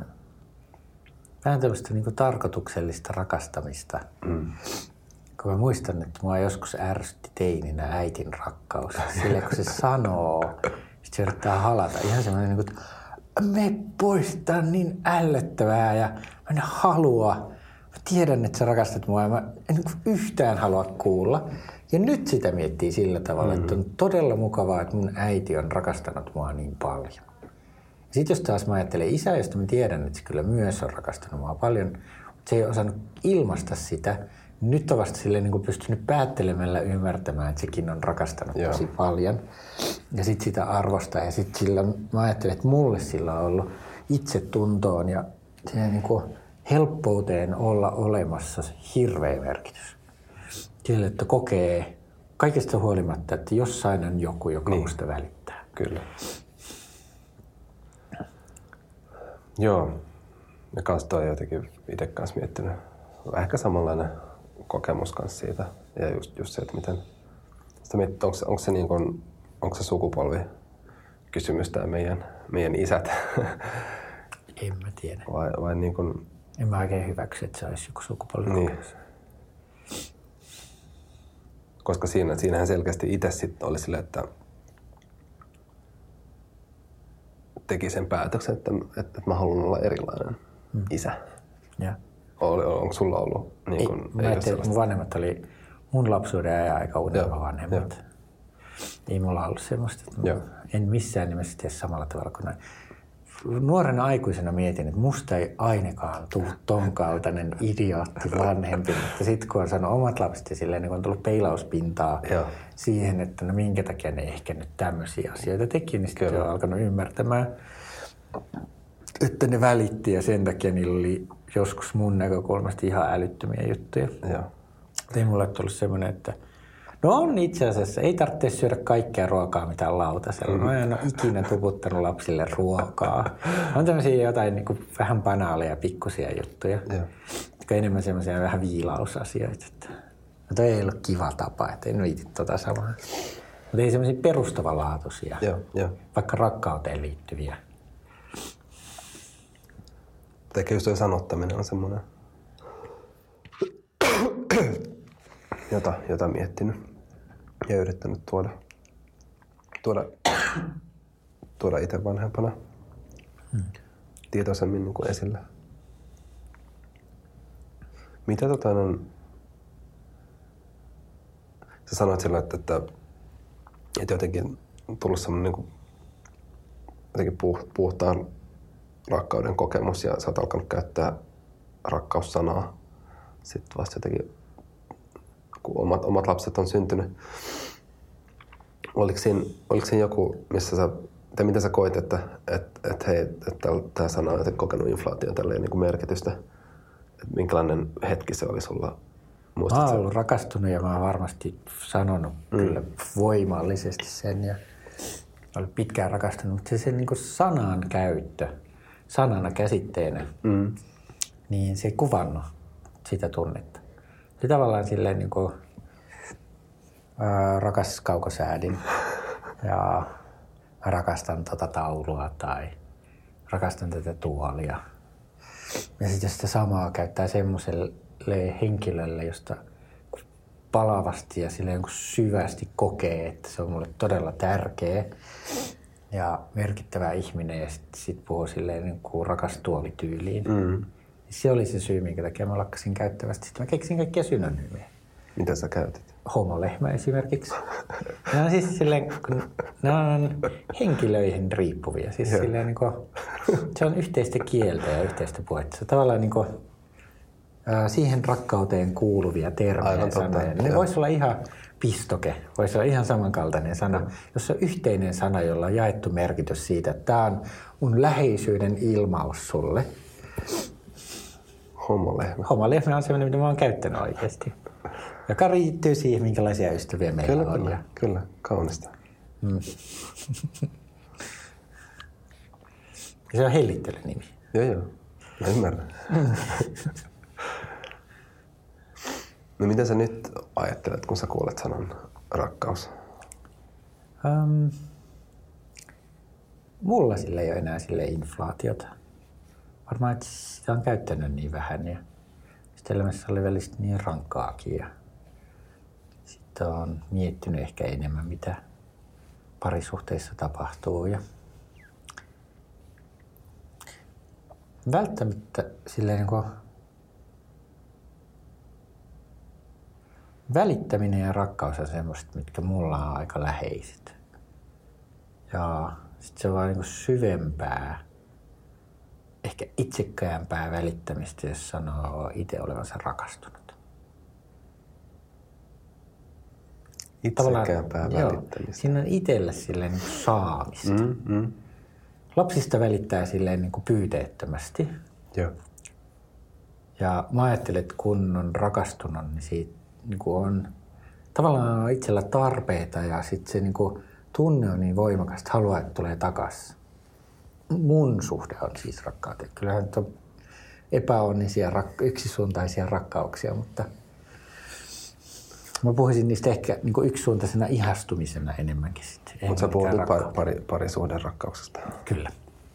Vähän tämmöistä niin kuin tarkoituksellista rakastamista. Mm. Kun mä muistan, että mua joskus ärsytti teininä äitin rakkaus. Silleen kun se sanoo, sit se yrittää halata. Ihan semmoinen, niin kuin, että me pois, tää on niin ällöttävää ja mä en halua. Mä tiedän, että sä rakastat mua ja mä en yhtään halua kuulla. Ja nyt sitä miettii sillä tavalla, mm-hmm. että on todella mukavaa, että mun äiti on rakastanut mua niin paljon. Sitten jos taas mä ajattelen isää, josta mä tiedän, että se kyllä myös on rakastanut mua paljon, mutta se ei osannut ilmaista sitä. Nyt on vasta silleen niin kuin pystynyt päättelemällä ymmärtämään, että sekin on rakastanut Joo. tosi paljon. Ja sitten sitä arvostaa. Ja sitten sillä, mä ajattelen, että mulle sillä on ollut itsetuntoon ja siihen niin kuin helppouteen olla olemassa hirveä merkitys. Sille, että kokee kaikesta huolimatta, että jossain on joku, joka niin. musta välittää. Kyllä. Joo. Ja kans toi jotenkin itse kanssa miettinyt. Ehkä samanlainen kokemus kanssa siitä. Ja just, just se, että miten... Sitä miettii, onko, onko se niin kuin, onko se sukupolvi kysymys tää meidän, meidän isät? En mä tiedä. Vai, vai niin kuin... En mä oikein hyväksy, että se olisi joku sukupolvikokemus. Niin. Koska siinä, siinähän selkeästi itse sitten oli silleen, että teki sen päätöksen, että, että, että mä haluan olla erilainen hmm. isä. Ja. Oli, onko sulla ollut? Niin kun, ei, mä ajattelin, että mun vanhemmat oli mun lapsuuden ja aika unelma vanhemmat. Ei mulla ollut semmoista. Joo. En missään nimessä tee samalla tavalla kuin näin. Nuorena aikuisena mietin, että musta ei ainakaan tule ton kaltainen idiootti vanhempi. Mutta sitten kun on saanut omat lapset ja silleen, niin kun on tullut peilauspintaa Joo. siihen, että no minkä takia ne ehkä nyt tämmöisiä asioita teki, niin sitten on alkanut ymmärtämään, että ne välitti ja sen takia niillä oli joskus mun näkökulmasta ihan älyttömiä juttuja. Joo. Ei mulle tullut semmoinen, että no on itse asiassa, ei tarvitse syödä kaikkea ruokaa, mitä on lautasella. Mä en ole ikinä tuputtanut lapsille ruokaa. On tämmöisiä jotain niin kuin vähän banaaleja, pikkusia juttuja. Joo. Jotka enemmän semmoisia vähän viilausasioita. Että no toi ei ollut kiva tapa, että en viiti tota samaa. Mutta ei semmoisia perustavanlaatuisia, Joo, joo. vaikka rakkauteen liittyviä. Ehkä just tuo sanottaminen on semmoinen, jota, jota miettinyt ja yrittänyt tuoda, tuoda, tuoda itse vanhempana hmm. tietoisemmin niin kuin esille. Mitä tota on... Sä sanoit sillä, että, että, että jotenkin on tullut semmoinen niin kuin, jotenkin puh, puhtaan rakkauden kokemus ja sä oot alkanut käyttää rakkaussanaa sitten vasta jotenkin, kun omat, omat lapset on syntynyt. Oliko siinä, oliko siinä joku, missä sä, tai mitä sä koit, että et, et hei, että tämä sana on jotenkin kokenut inflaation tälleen niin kuin merkitystä? Et minkälainen hetki se oli sulla? Muistat mä oon ollut rakastunut ja mä oon varmasti sanonut mm. kyllä voimallisesti sen ja olen pitkään rakastunut, mutta se, se niin kuin sanan käyttö, sanana käsitteenä, mm. niin se ei kuvannut sitä tunnetta. Se tavallaan silleen niin kuin ää, rakas kaukosäädin ja mä rakastan tota taulua tai rakastan tätä tuolia. Ja sitten jos sitä samaa käyttää semmoiselle henkilölle, josta palavasti ja silleen niin syvästi kokee, että se on mulle todella tärkeä ja merkittävä ihminen ja sitten sit puhuu silleen niin kuin rakas tuolityyliin. Mm. Se oli se syy, minkä takia mä lakkasin käyttävästi. Sitten mä keksin kaikkia synonyymejä. Mitä sä käytit? Homolehmä esimerkiksi. Ne on siis silleen, ne on henkilöihin riippuvia. Siis silleen niin kuin, se on yhteistä kieltä ja yhteistä puhetta. Se tavallaan niin kuin, siihen rakkauteen kuuluvia termejä sanoja. Ne voisi olla ihan pistoke, voisi olla ihan samankaltainen sana. Mm. Jos on yhteinen sana, jolla on jaettu merkitys siitä, että tämä on mun läheisyyden ilmaus sulle. Homolehmä. Homolehmä on sellainen, mitä mä oon käyttänyt oikeasti. Joka riittyy siihen, minkälaisia ystäviä meillä kyllä, on. Kyllä, ja... kyllä. Kaunista. Mm. Se on hellittelynimi. Joo, joo. Mä ymmärrän. No mitä sä nyt ajattelet, kun sä kuulet sanan rakkaus? Um, mulla sillä ei ole enää sille inflaatiota. Varmaan, että sitä on käyttänyt niin vähän ja sitten elämässä oli välistä niin rankkaakin. Ja sitten on miettinyt ehkä enemmän, mitä parisuhteissa tapahtuu. Ja välttämättä silleen niin kuin välittäminen ja rakkaus on semmoiset, mitkä mulla on aika läheiset. Ja sitten se on vaan niin kuin syvempää, ehkä itsekkäämpää välittämistä, jos sanoo itse olevansa rakastunut. Itsekkäämpää välittämistä. Joo, siinä on itselle silleen niin kuin saamista. Mm, mm. Lapsista välittää silleen niin kuin pyyteettömästi. Joo. Ja mä ajattelen, että kun on rakastunut, niin siitä niin kuin on tavallaan on itsellä tarpeita ja sitten se niin kuin tunne on niin voimakas, että haluaa, että tulee takaisin. Mun suhde on siis rakkauteen. Kyllähän on epäonnisia, rak- yksisuuntaisia rakkauksia, mutta mä puhuisin niistä ehkä niin kuin yksisuuntaisena ihastumisena enemmänkin. Mutta sä puhut pari, pari, parisuhden rakkauksesta. Kyllä.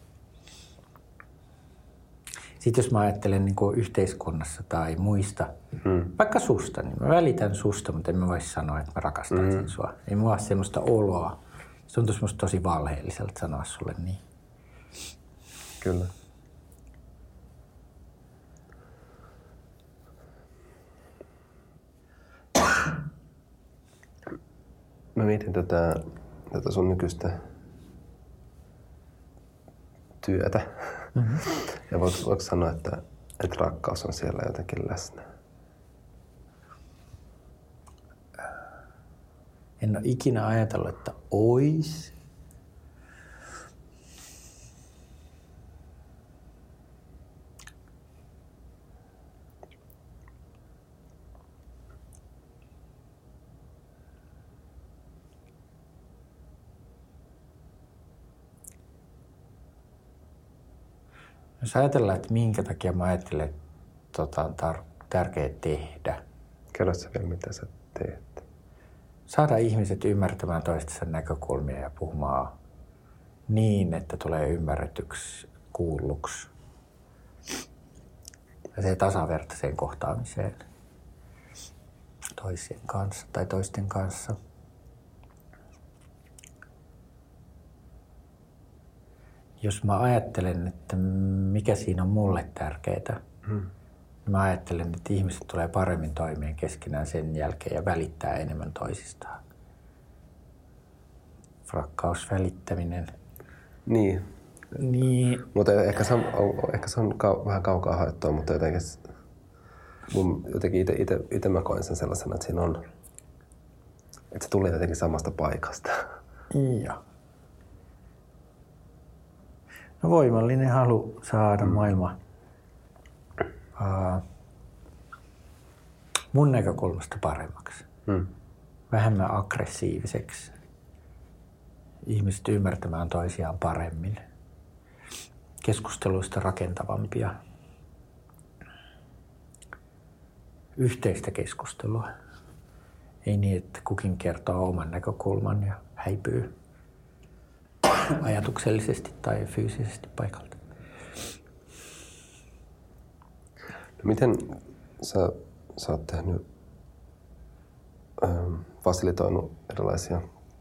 Sitten jos mä ajattelen niin kuin yhteiskunnassa tai muista, mm. vaikka susta, niin mä välitän susta, mutta en mä voisi sanoa, että mä rakastaisin mm. sua. Ei mulla ole semmoista oloa. Se tuntuu musta tosi valheelliselta sanoa sulle niin. Kyllä. Mä mietin tätä tätä sun nykyistä työtä. Mm-hmm. Ja voiko, voiko sanoa, että, että rakkaus on siellä jotenkin läsnä? En ole ikinä ajatellut, että ois. Jos ajatellaan, että minkä takia mä ajattelen, että tota on tar- tärkeää tehdä. Kerro sä vielä, mitä sä teet. Saada ihmiset ymmärtämään toistensa näkökulmia ja puhumaan niin, että tulee ymmärretyksi, kuulluksi. Ja se tasavertaiseen kohtaamiseen toisien kanssa tai toisten kanssa. Jos mä ajattelen, että mikä siinä on mulle tärkeää, hmm. niin mä ajattelen, että ihmiset tulee paremmin toimeen keskenään sen jälkeen ja välittää enemmän toisistaan. Rakkaus, välittäminen. Niin. Niin. Mutta ehkä se on, ehkä se on kau, vähän kaukaa haettua, mutta jotenkin, mun, jotenkin ite, ite, ite mä koen sen sellaisena, että siinä on, että se tulee jotenkin samasta paikasta. Joo. No, voimallinen halu saada mm. maailma uh, mun näkökulmasta paremmaksi. Mm. Vähemmän aggressiiviseksi. Ihmiset ymmärtämään toisiaan paremmin. Keskusteluista rakentavampia. Yhteistä keskustelua. Ei niin, että kukin kertoo oman näkökulman ja häipyy ajatuksellisesti tai fyysisesti paikalta. No miten sä, sä oot tehnyt, ähm, fasilitoinut erilaisia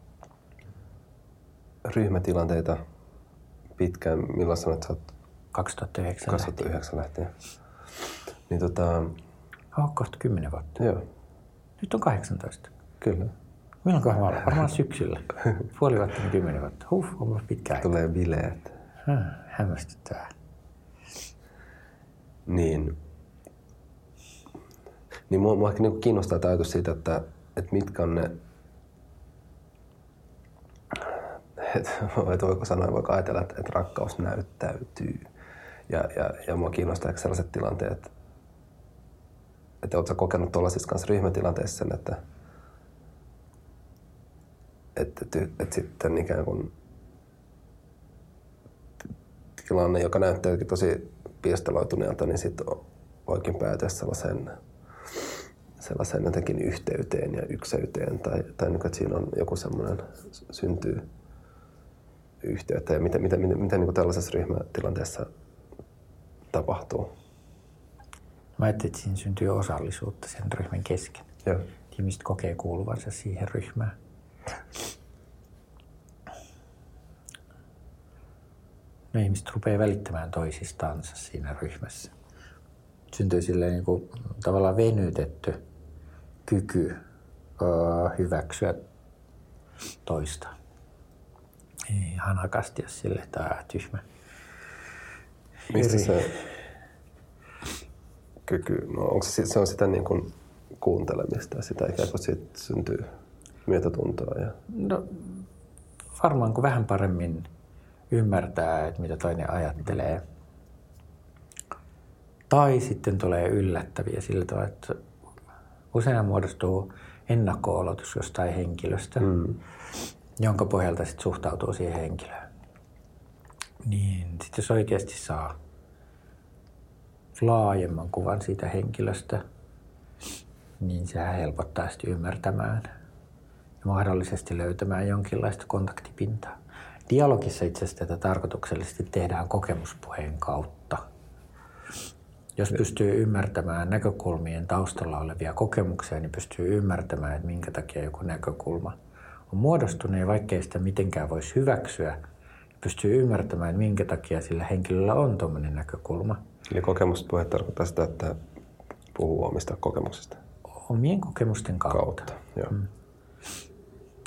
ryhmätilanteita pitkään? Milloin sanoit, että sä oot kaksituhattayhdeksän, kaksituhattayhdeksän lähtien. Niin tota... Oh, kohta kymmenen vuotta. Joo. Nyt on kahdeksantoista. Kyllä. Milloinkohan mä olen? Varmaan syksyllä. Puoli vuotta ja kymmenen vuotta. Huh, on mulla pitkä aika. Tulee bileet. Hmm, hämmästyttävää. Niin. Niin mua, mua ehkä niinku kiinnostaa ajatus siitä, että, että mitkä on ne... Että et voiko sanoa, voiko ajatella, että, että rakkaus näyttäytyy. Ja, ja, ja mua kiinnostaa ehkä sellaiset tilanteet, että ootko sä kokenut tuollaisissa kanssa ryhmätilanteissa sen, että että et, et, et sitten ikään kuin tilanne, joka näyttääkin tosi piestaloituneelta, niin sitten voikin päätyä sellaiseen, sellaiseen jotenkin yhteyteen ja ykseyteen. Tai, tai niin, että siinä on joku semmoinen, syntyy yhteyttä. Ja mitä, mitä, mitä, mitä niin kuin tällaisessa ryhmätilanteessa tapahtuu? Mä ajattelin, että siinä syntyy osallisuutta sen ryhmän kesken. Joo. Ihmiset kokee kuuluvansa siihen ryhmään. No, ihmiset rupeaa välittämään toisistansa siinä ryhmässä. Syntyy silleen niin kuin tavallaan venytetty kyky öö, hyväksyä toista. Ei hanakasti, jos sille tää tyhmä. Mistä se kyky, no onko se, se on sitä niin kuin kuuntelemista ja sitä ikään kuin siitä syntyy myötätuntoa? Ja... No varmaan kun vähän paremmin ymmärtää, että mitä toinen ajattelee. Tai sitten tulee yllättäviä sillä tavalla, että usein muodostuu ennakko-oletus jostain henkilöstä, mm. jonka pohjalta sitten suhtautuu siihen henkilöön. Niin sitten jos oikeasti saa laajemman kuvan siitä henkilöstä, niin sehän helpottaa sitten ymmärtämään ja mahdollisesti löytämään jonkinlaista kontaktipintaa. Dialogissa itse asiassa tätä tarkoituksellisesti tehdään kokemuspuheen kautta. Jos pystyy ymmärtämään näkökulmien taustalla olevia kokemuksia, niin pystyy ymmärtämään, että minkä takia joku näkökulma on muodostunut ja vaikkei sitä mitenkään voisi hyväksyä, pystyy ymmärtämään, että minkä takia sillä henkilöllä on tuommoinen näkökulma. Eli kokemuspuhe tarkoittaa sitä, että puhuu omista kokemuksista? Omien kokemusten kautta. kautta joo. Mm.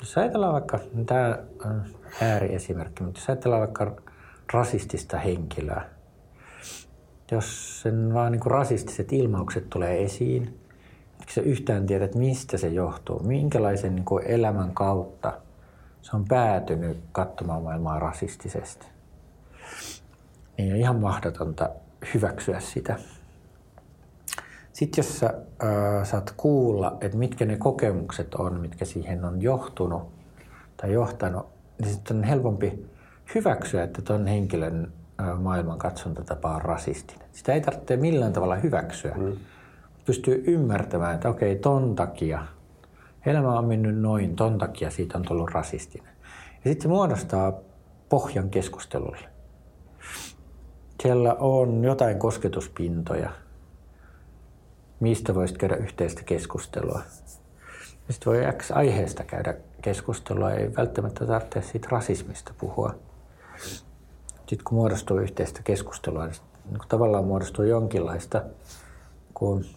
jos ajatellaan vaikka, tämä on ääriesimerkki, mutta jos ajatellaan vaikka rasistista henkilöä, jos sen vaan niin kuin rasistiset ilmaukset tulee esiin, eikö sä yhtään tiedä, että mistä se johtuu, minkälaisen niin kuin elämän kautta se on päätynyt katsomaan maailmaa rasistisesti. Niin on ihan mahdotonta hyväksyä sitä. Sitten jos sä äh, saat kuulla, että mitkä ne kokemukset on, mitkä siihen on johtunut tai johtanut, niin sitten on helpompi hyväksyä, että ton henkilön äh, maailmankatsontotapa on rasistinen. Sitä ei tarvitse millään tavalla hyväksyä. Mm. Pystyy ymmärtämään, että okei, ton takia elämä on mennyt noin, ton takia siitä on tullut rasistinen. Ja sitten se muodostaa pohjan keskustelulle. Siellä on jotain kosketuspintoja, mistä voisit käydä yhteistä keskustelua. Ja sitten voi X aiheesta käydä keskustelua, ei välttämättä tarvitse siitä rasismista puhua. Sitten kun muodostuu yhteistä keskustelua, niin tavallaan muodostuu jonkinlaista, kun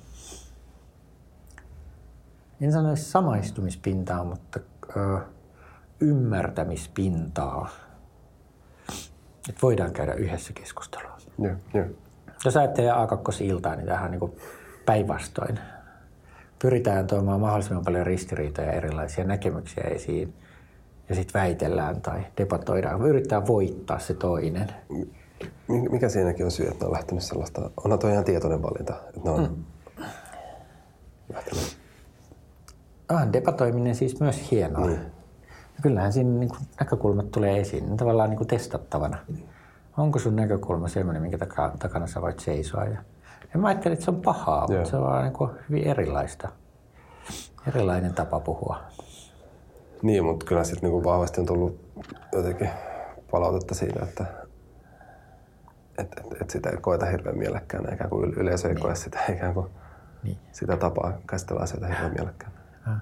en sano samaistumispintaa, mutta ö, ymmärtämispintaa. Että voidaan käydä yhdessä keskustelua. Yeah, yeah. Jos ajattelee A kaksi-iltaa, niin tämähän on niin kuin päinvastoin. Pyritään tuomaan mahdollisimman paljon ristiriitoja ja erilaisia näkemyksiä esiin. Ja sitten väitellään tai debatoidaan. Yritetään voittaa se toinen. Mikä siinäkin on syy, että ne on lähtenyt sellaista... Onhan toi ihan tietoinen valinta, että ne on mm. lähtenyt... Ah, debatoiminen siis myös hienoa. Niin. Kyllähän siinä niin kuin näkökulmat tulee esiin, tavallaan niin kuin testattavana. Niin. Onko sun näkökulma sellainen, minkä takana sä voit seisoa? Ja en mä ajattele, että se on pahaa, yeah. mutta se on vaan niin kuin hyvin erilaista. Erilainen tapa puhua. Niin, mutta kyllä sitten niin vahvasti on tullut jotenkin palautetta siitä, että et, et, et sitä ei koeta hirveän mielekkäänä, ikään kuin yleisö ei niin. koe sitä, ikään kuin niin. sitä tapaa käsitellä asioita hirveän mielekkäänä. Ah.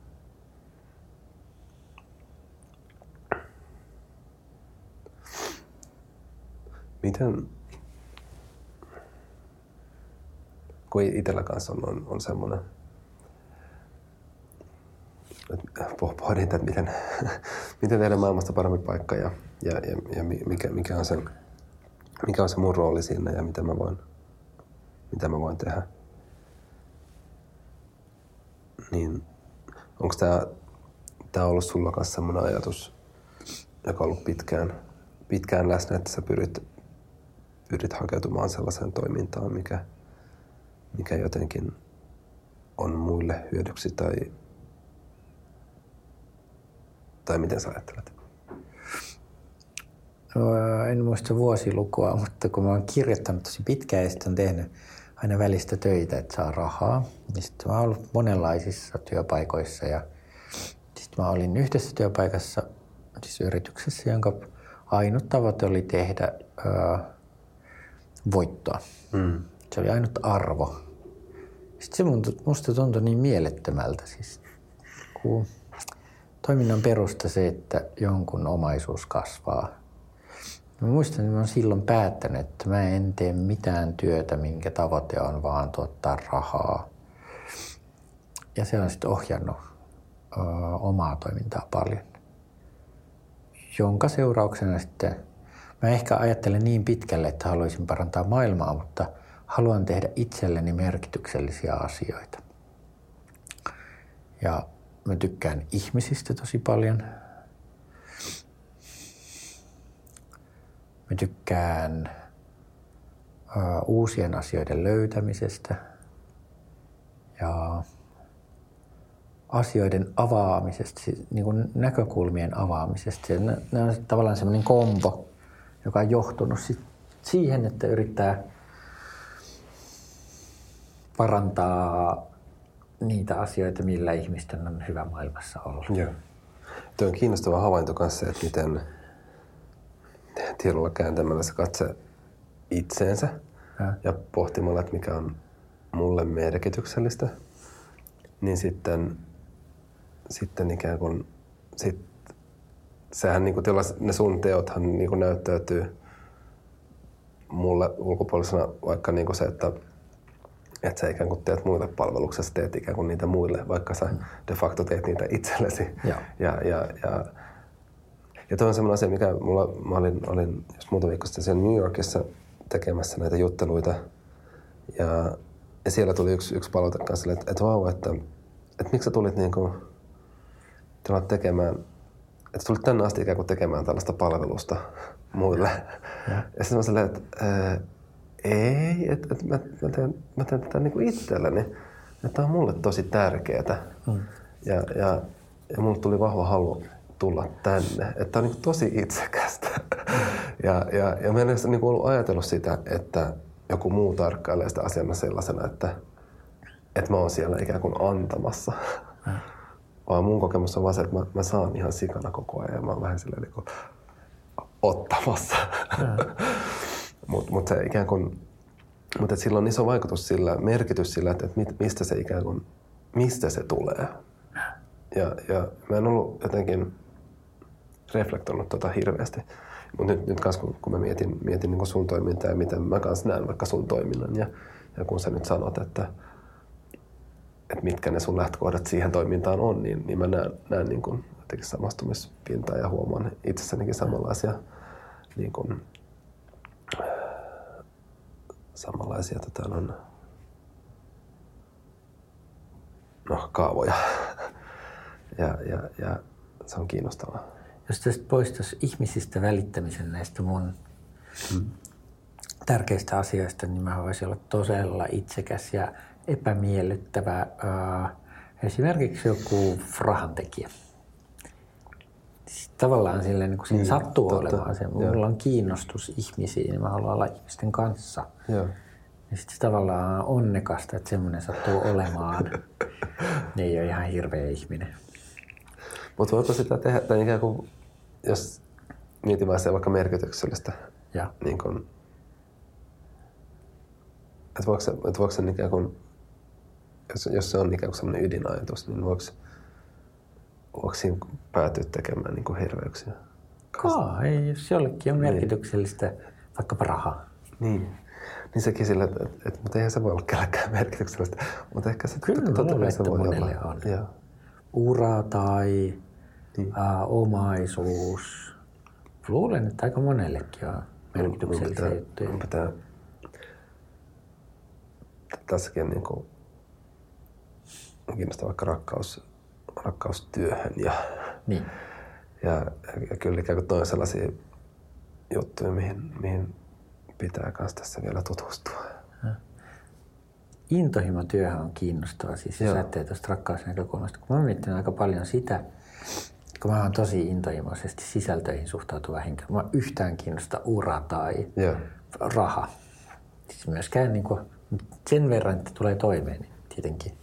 Miten, kun itsellä kanssa on, on, on semmoinen, että pohdin, että miten, miten tehdä maailmasta parempi paikka ja, ja, ja, ja mikä, mikä, on se, mikä on se mun rooli siinä ja mitä mä voin, mitä mä voin tehdä. Niin onko tää, tää ollut sulla kanssa semmoinen ajatus, joka on ollut pitkään, pitkään läsnä, että sä pyrit pyrit hakeutumaan sellaiseen toimintaan, mikä, mikä jotenkin on muille hyödyksi tai, tai miten sä ajattelet? En muista vuosilukua, mutta kun mä oon kirjoittanut tosi pitkään ja sitten on tehnyt aina välistä töitä, että saa rahaa, niin sitten mä oon ollut monenlaisissa työpaikoissa ja sitten mä olin yhdessä työpaikassa, siis yrityksessä, jonka ainut tavoite oli tehdä öö, voittoa. Mm. Se oli ainut arvo. Sitten se musta tuntui niin mielettömältä. Siis, kun toiminnan perusta se, että jonkun omaisuus kasvaa. Mä muistan, että mä oon silloin päättänyt, että mä en tee mitään työtä, minkä tavoite on vaan tuottaa rahaa. Ja se on sitten ohjannut ö, omaa toimintaa paljon. Jonka seurauksena sitten mä ehkä ajattelen niin pitkälle, että haluaisin parantaa maailmaa, mutta haluan tehdä itselleni merkityksellisiä asioita. Ja mä tykkään ihmisistä tosi paljon. Mä tykkään uh, uusien asioiden löytämisestä ja asioiden avaamisesta, siis niin kuin näkökulmien avaamisesta. Ne, ne on tavallaan semmoinen kombo, joka on johtunut sit siihen, että yrittää parantaa niitä asioita, millä ihmisten on hyvä maailmassa olla. Joo. Tuo on kiinnostava havainto kanssa, että miten tiedolla kääntämällä se katse itseensä ja, ja pohtimalla, että mikä on mulle merkityksellistä, niin sitten, sitten ikään kuin sit, sehän niin kuin ne sun teothan niin kuin näyttäytyy mulle ulkopuolisena vaikka niin kuin se, että että sä ikään kuin teet muille palveluksessa, teet ikään kuin niitä muille, vaikka sä de facto teet niitä itsellesi. Joo. Ja, ja, ja, ja toi on semmoinen asia, mikä mulla, mä olin, olin just muutama viikko sitten siellä New Yorkissa tekemässä näitä jutteluita. Ja, ja siellä tuli yksi, yksi palaute kanssa, että, että vau, että, että miksi sä tulit niinku, tekemään, että tulit tänne asti ikään kuin tekemään tällaista palvelusta muille. Ja, ja sitten mä silleen, että ää, ei, että, että mä, mä, teen, mä teen tätä niinku itselleni. Että tämä on mulle tosi tärkeetä. Mm. Ja, ja, ja mulle tuli vahva halu tulla tänne. Että tämä on niinku tosi itsekästä. ja, ja, ja mä en edes niinku ollut ajatellut sitä, että joku muu tarkkailee sitä asiana sellaisena, että, että mä oon siellä ikään kuin antamassa. Mm. Vaan mun kokemus on vaan se, että mä, mä saan ihan sikana koko ajan ja mä oon vähän silleen niin kuin ottamassa. Mm. Mutta mut se ikään kuin, mutta sillä on iso vaikutus sillä, merkitys sillä, että, että mistä se ikään kuin, mistä se tulee. Ja, ja mä en ollut jotenkin reflektoinut tota hirveästi. Mutta nyt, nyt kanssa kun, kun mä mietin, mietin niin sun toimintaa ja miten mä kanssa näen vaikka sun toiminnan ja, ja kun sä nyt sanot, että, että mitkä ne sun lähtökohdat siihen toimintaan on, niin, niin mä näen, näen niin kuin jotenkin samastumispintaa ja huomaan itsessänikin samanlaisia niin kuin, samanlaisia tota, on, no, kaavoja. ja, ja, ja se on kiinnostavaa. Jos tästä poistaisi ihmisistä välittämisen näistä mun hmm. tärkeistä asioista, niin mä voisin olla todella itsekäs ja epämiellyttävä. Äh, esimerkiksi joku rahantekijä. Siis tavallaan silleen, niin kun siinä niin, sattuu totta, olemaan se. Mulla on kiinnostus ihmisiin ja mä haluan olla ihmisten kanssa. Joo. Ja sitten tavallaan onnekasta, että semmoinen sattuu olemaan. Ne ei ole ihan hirveä ihminen. Mutta voiko sitä tehdä, tai ikään kuin, jos mietin vaan se vaikka merkityksellistä, ja. Niin kun, että voiko se, että voiko se ikään kuin, jos, jos se on ikään kuin sellainen ydinajatus, niin voiko, voiko siinä päätyä tekemään niin kuin hirveyksiä? Kaa, ei, jos jollekin on merkityksellistä, niin. Vaikkapa rahaa. Niin. Niin sekin sillä, että, että, että mutta eihän se voi olla kellekään merkityksellistä. Mutta ehkä se kyllä totta kai se voi monelle olla. On. Ja. Ura tai niin. ä, omaisuus. Luulen, että aika monellekin on merkityksellisiä mun juttuja. Mun pitää tässäkin niin kuin kiinnostaa vaikka rakkaus, rakkaus työhön. Ja, niin. ja, ja kyllä ikään kuin toi on sellaisia juttuja, mihin, mihin pitää myös tässä vielä tutustua. Intohimo työhön on kiinnostavaa, siis jos ajattelee tuosta rakkausnäkökulmasta. Kun mä mietin aika paljon sitä, kun mä oon tosi intohimoisesti sisältöihin suhtautuva henkilö. Mä yhtään kiinnosta ura tai Joo. raha. Siis myöskään niin kuin, sen verran, että tulee toimeen, niin tietenkin.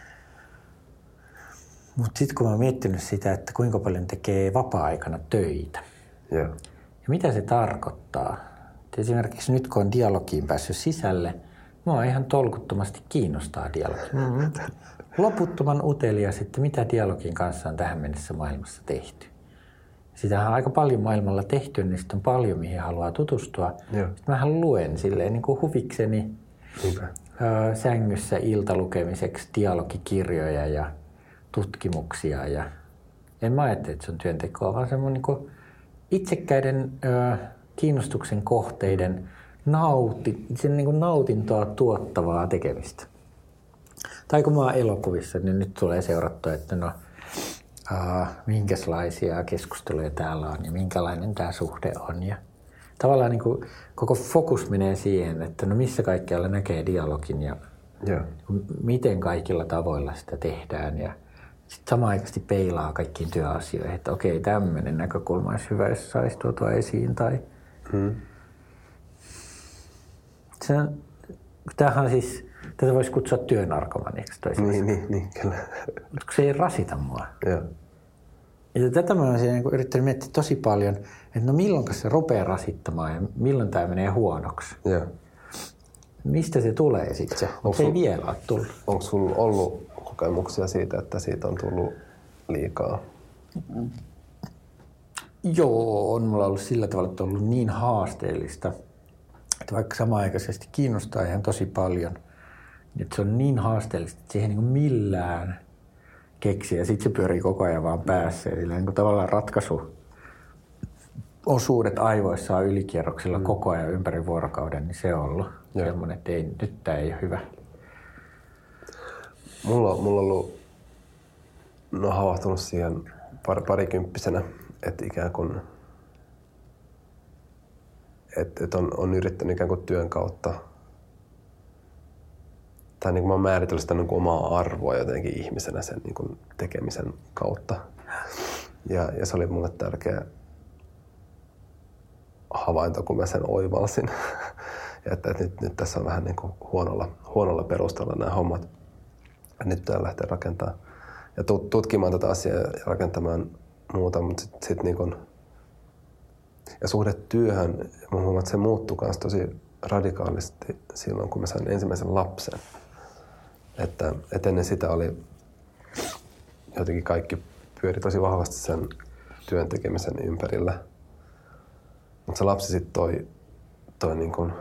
Mutta sitten kun mä oon miettinyt sitä, että kuinka paljon tekee vapaa-aikana töitä. Joo. Ja mitä se tarkoittaa. Esimerkiksi nyt kun on dialogiin päässyt sisälle, mua ihan tolkuttomasti kiinnostaa dialogi. Mm-hmm. Loputtoman utelias, että mitä dialogin kanssa on tähän mennessä maailmassa tehty. Sitä on aika paljon maailmalla tehty, niin sitten on paljon, mihin haluaa tutustua. Joo. Sitten mähän luen silleen niin kuin huvikseni okay. ö, sängyssä iltalukemiseksi dialogikirjoja ja tutkimuksia. Ja en mä ajattele, että se on työntekoa, vaan semmoinen niin kuin itsekkäiden ö, kiinnostuksen kohteiden nauti, sen niin kuin nautintoa tuottavaa tekemistä. Tai kun mä oon elokuvissa, niin nyt tulee seurattua, että no, äh, minkälaisia keskusteluja täällä on ja minkälainen tämä suhde on. Ja tavallaan niin kuin koko fokus menee siihen, että no missä kaikkialla näkee dialogin ja yeah. miten kaikilla tavoilla sitä tehdään. Ja sitten samanaikaisesti peilaa kaikkiin työasioihin, että okei, tämmöinen näkökulma olisi hyvä, jos saisi tuotua esiin. Tai hmm. Se on, tämähän siis, tätä voisi kutsua työnarkomaniksi toisaalta. Niin, niin, niin, kyllä. Mutta se ei rasita mua. Joo. Ja tätä mä olen niin yrittänyt miettiä tosi paljon, että no milloin se rupeaa rasittamaan ja milloin tämä menee huonoksi. Joo. Mistä se tulee sitten se? Onko se ei vielä ole tullut. Onko sulla ollut kokemuksia siitä, että siitä on tullut liikaa? Mm. Joo, on mulla ollut sillä tavalla, että on ollut niin haasteellista, että vaikka samanaikaisesti kiinnostaa ihan tosi paljon Että se on niin haasteellista, että siihen niin millään keksiä. Ja sitten se pyörii koko ajan vaan päässä. Eli niin tavallaan ratkaisu osuudet aivoissa on ylikierroksilla mm. koko ajan ympäri vuorokauden, niin se on ollut ja. semmoinen, että ei, nyt tämä ei ole hyvä. Mulla, mulla on ollut no, havahtunut siihen par, parikymppisenä, että ikään kuin että et on, on yrittänyt ikään kuin työn kautta tai niin kuin mä oon määritellyt sitä niin kuin omaa arvoa jotenkin ihmisenä sen niin kuin tekemisen kautta. Ja, ja se oli mulle tärkeä havainto, kun mä sen oivalsin. että, että nyt, nyt tässä on vähän niin kuin huonolla, huonolla perustalla nämä hommat. Ja nyt pitää lähteä rakentamaan ja tutkimaan tätä asiaa ja rakentamaan muuta, mutta sitten sit niin kuin ja suhde työhön, mä huomaan, että se muuttui myös tosi radikaalisti silloin, kun mä sain ensimmäisen lapsen. Että, että ennen sitä oli jotenkin kaikki pyöri tosi vahvasti sen työn tekemisen ympärillä. Mutta se lapsi sitten toi, toi, niin kun,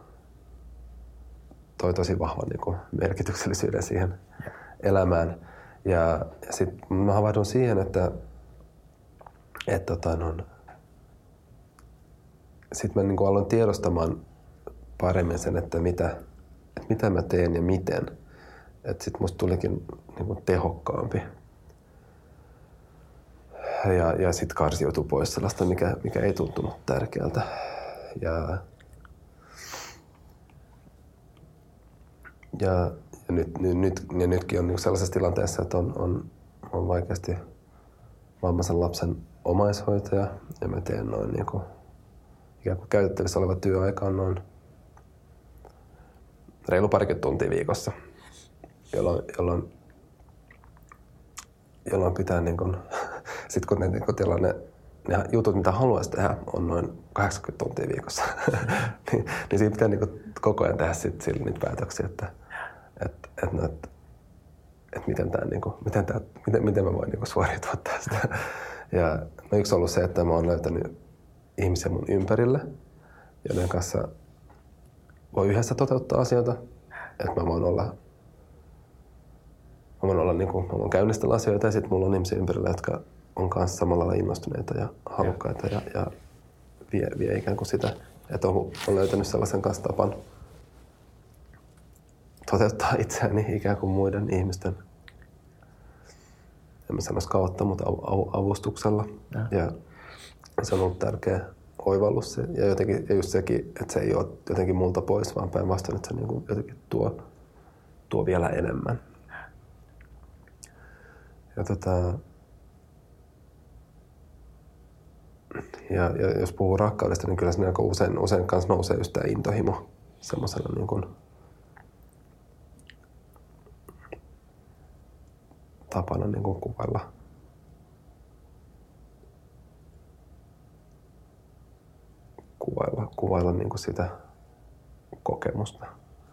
toi tosi vahvan niin kun merkityksellisyyden siihen elämään. Ja, ja sitten mä havahdun siihen, että et, tota, no, sitten mä niin kun aloin tiedostamaan paremmin sen, että mitä, että mitä mä teen ja miten. Että sitten musta tulikin niin kun tehokkaampi. Ja, ja sitten karsiutui pois sellaista, mikä, mikä ei tuntunut tärkeältä. Ja, ja, ja, nyt, nyt, nyt, ja nytkin on niin sellaisessa tilanteessa, että on, on, on vaikeasti vammaisen lapsen omaishoitaja. Ja mä teen noin niin kuin, ikään kuin käytettävissä oleva työaika on noin reilu parikymmentä tuntia viikossa, jolloin, jolloin, jolloin pitää niin kuin, sit kun ne, niin kun ne, ne jutut, mitä haluaisi tehdä, on noin kahdeksankymmentä tuntia viikossa, niin, niin siinä pitää niin kuin koko ajan tehdä sit sille niitä päätöksiä, että et, et, no, et, et miten, tää, niin kuin, miten, tää, miten, miten mä voin niin kuin suoriutua tästä. Ja no yksi on ollut se, että mä oon löytänyt ihmisiä mun ympärille, joiden kanssa voi yhdessä toteuttaa asioita. Että mä voin olla, mä voin olla niin kuin, mä voin käynnistellä asioita ja sitten mulla on ihmisiä ympärillä, jotka on kanssa samalla lailla innostuneita ja halukkaita ja, ja vie, vie ikään kuin sitä, että on, on löytänyt sellaisen kanssa tapan toteuttaa itseäni ikään kuin muiden ihmisten, en mä sanoisi kautta, mutta avustuksella. Ja, ja se on ollut tärkeä oivallus ja, jotenkin, ja just sekin, että se ei ole jotenkin multa pois, vaan päinvastoin, että se niin kuin jotenkin tuo, tuo vielä enemmän. Ja, tota, ja, ja jos puhuu rakkaudesta, niin kyllä siinä aika usein, usein kanssa nousee just tämä intohimo semmoisena niin kuin tapana niin kuin kuvailla. Kuvailla, kuvailla niin kuin sitä kokemusta.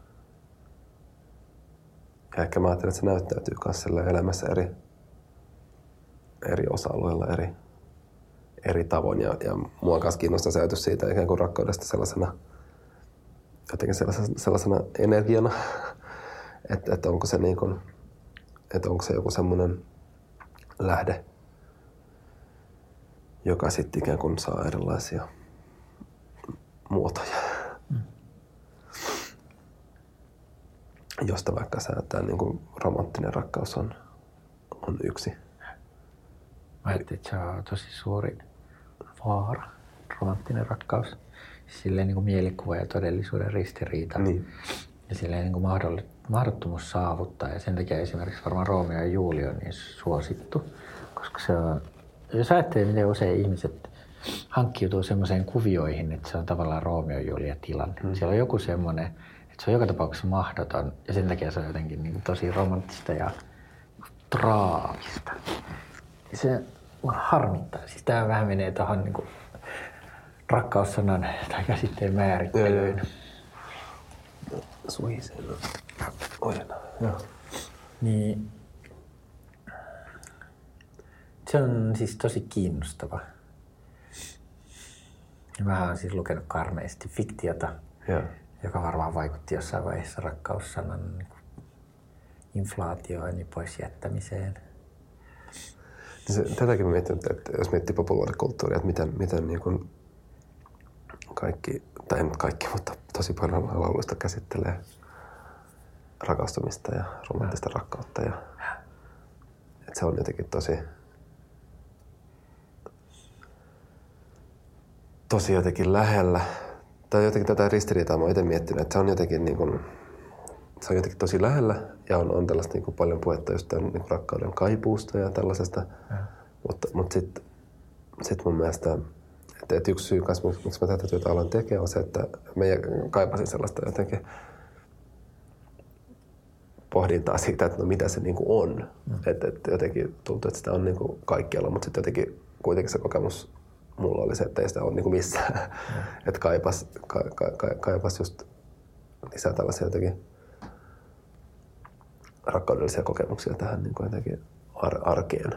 Ja ehkä mä ajattelen, että se näyttäytyy myös elämässä eri, eri osa-alueilla eri, eri tavoin. Ja, ja mua kanssa kiinnostaa se ajatus siitä ikään kuin rakkaudesta sellaisena, jotenkin sellaisena, sellaisena energiana, että, että onko se niin kuin, että onko se joku semmoinen lähde, joka sitten ikään kuin saa erilaisia muotoja, mm. josta vaikka säätää niin kuin romanttinen rakkaus on, on yksi. Mä ajattelin, että se on tosi suuri vaara, romanttinen rakkaus. Silleen niin kuin mielikuva ja todellisuuden ristiriita. Niin. Ja silleen niin kuin mahdottomuus saavuttaa. Ja sen takia esimerkiksi varmaan Roomeo ja Julia on niin suosittu. Koska se on, jos ajattelee, miten usein ihmiset hankkiutuu semmoiseen kuvioihin, että se on tavallaan Roomeo ja Julia tilanne. Mm. Siellä on joku semmoinen, että se on joka tapauksessa mahdoton. Ja sen takia se on jotenkin niin kuin tosi romanttista ja traagista. Ja se harmittaa. Siis tämä vähän menee tuohon niin kuin rakkaussanan tai käsitteen määrittelyyn. Suhisee. Ojena. Joo. Niin. Se on siis tosi kiinnostava. Mä oon siis lukenut karmeasti fiktiota, ja. joka varmaan vaikutti jossain vaiheessa rakkaussanan inflaatioon ja pois jättämiseen. Se, tätäkin mä mietin, että jos miettii populaarikulttuuria, että miten, miten niin kuin kaikki, tai ei nyt kaikki, mutta tosi paljon lauluista käsittelee rakastumista ja romanttista rakkautta. Ja, että se on jotenkin tosi, tosi jotenkin lähellä. Tai jotenkin tätä ristiriitaa mä oon itse miettinyt, että se on jotenkin, niin kuin, se on jotenkin tosi lähellä ja on, on tällaista niin kuin paljon puhetta just tämän niin kuin rakkauden kaipuusta ja tällaisesta. Ja. Mutta, mutta sitten sit mun mielestä, että, että yksi syy kanssa, miksi mä tätä työtä alan tekemään, on se, että mä kaipasin sellaista jotenkin pohdintaa siitä, että no mitä se niin kuin on. Mm. Että, että jotenkin tuntuu, että sitä on niin kuin kaikkialla, mutta sitten jotenkin kuitenkin se kokemus mulla oli se, että ei sitä ole niin kuin missään. Mm. Että kaipas, ka, ka, ka, kaipas just lisää tällaisia jotenkin rakkaudellisia kokemuksia tähän niin kuin jotenkin ar- arkeen.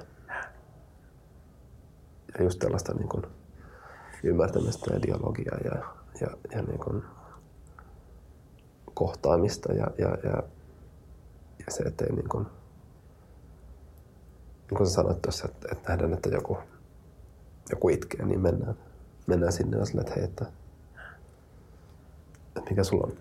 Ja just tällaista niin kuin ymmärtämistä ja dialogia ja, ja, ja niin kuin kohtaamista ja, ja, ja, ja se, ettei niin kuin, niin kuin sä sanoit tuossa, että, että nähdään, että joku, joku itkee, niin mennään, mennään sinne ja silleen, että hei, että, että mikä sulla on?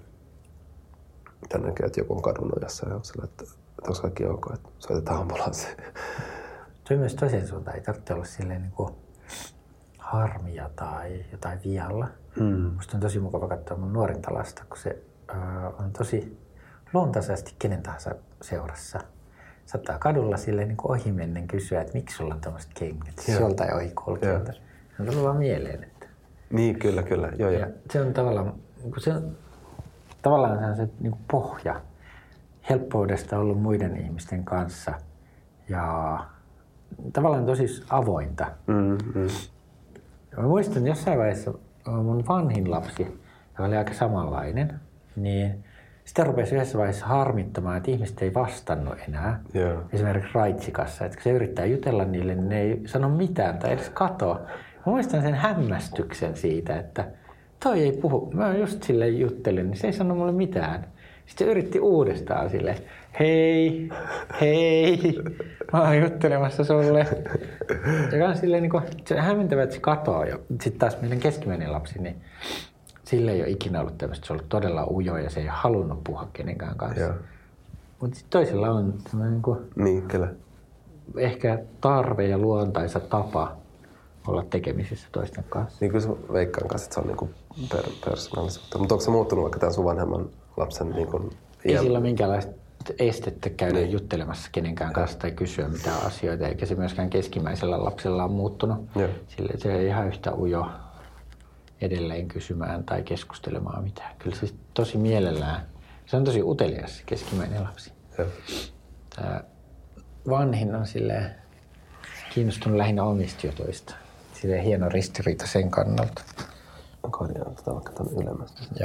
Tänne näkee, että joku on kadun ojassa ja on silleen, että, että onko kaikki ok, että soitetaan ambulanssi. Se on myös toisen suuntaan. Ei tarvitse olla silleen niin kuin harmia tai jotain vialla. Mm. Musta on tosi mukava katsoa mun nuorinta lasta, kun se äh, on tosi luontaisesti kenen tahansa seurassa. Saattaa kadulla silleen niin kuin ohimennen kysyä, että miksi sulla on tämmöiset kengät. Siis joltain ohikulkijoilta. Se on tullut vaan mieleen. Että... Niin, kyllä, kyllä. Joo, ja se on tavallaan, se on, tavallaan se niin kuin pohja helppoudesta ollut muiden ihmisten kanssa. Ja tavallaan tosi avointa. Mm, mm. Mä muistan jossain vaiheessa mun vanhin lapsi, joka oli aika samanlainen, niin sitä rupesi yhdessä vaiheessa harmittamaan, että ihmiset ei vastannut enää. Yeah. Esimerkiksi Raitsikassa, että kun se yrittää jutella niille, niin ne ei sano mitään tai edes katoa. Mä muistan sen hämmästyksen siitä, että toi ei puhu. Mä just sille juttelin, niin se ei sano mulle mitään. Sitten se yritti uudestaan silleen, hei, hei, mä oon juttelemassa sulle. Ja on silleen niin kuin, se hämmentävä, että se katoaa jo. Sitten taas meidän keskimmäinen lapsi, niin sille ei ole ikinä ollut tämmöistä, se on ollut todella ujo ja se ei ole halunnut puhua kenenkään kanssa. Mutta sitten toisella on semmoinen niin kuin, niin, kyllä. Ehkä tarve ja luontaisa tapa olla tekemisissä toisten kanssa. Niin kyllä se veikkaan kanssa, että se on niin kuin per, persoonallisuutta. Mutta onko se muuttunut vaikka tämän sun vanhemman lapsen niin kuin ei sillä ole minkäänlaista estettä käydä niin juttelemassa kenenkään kanssa tai kysyä mitään asioita, eikä se myöskään keskimmäisellä lapsella on muuttunut. Ja. Sille se ei ihan yhtä ujo edelleen kysymään tai keskustelemaan mitään. Kyllä se tosi mielellään, se on tosi utelias se keskimmäinen lapsi. Ja. Tämä vanhin on silleen kiinnostunut lähinnä omista jutuista. Silleen hieno ristiriita sen kannalta. Korjaan tätä vaikka tuonne ylemmästä. Joo.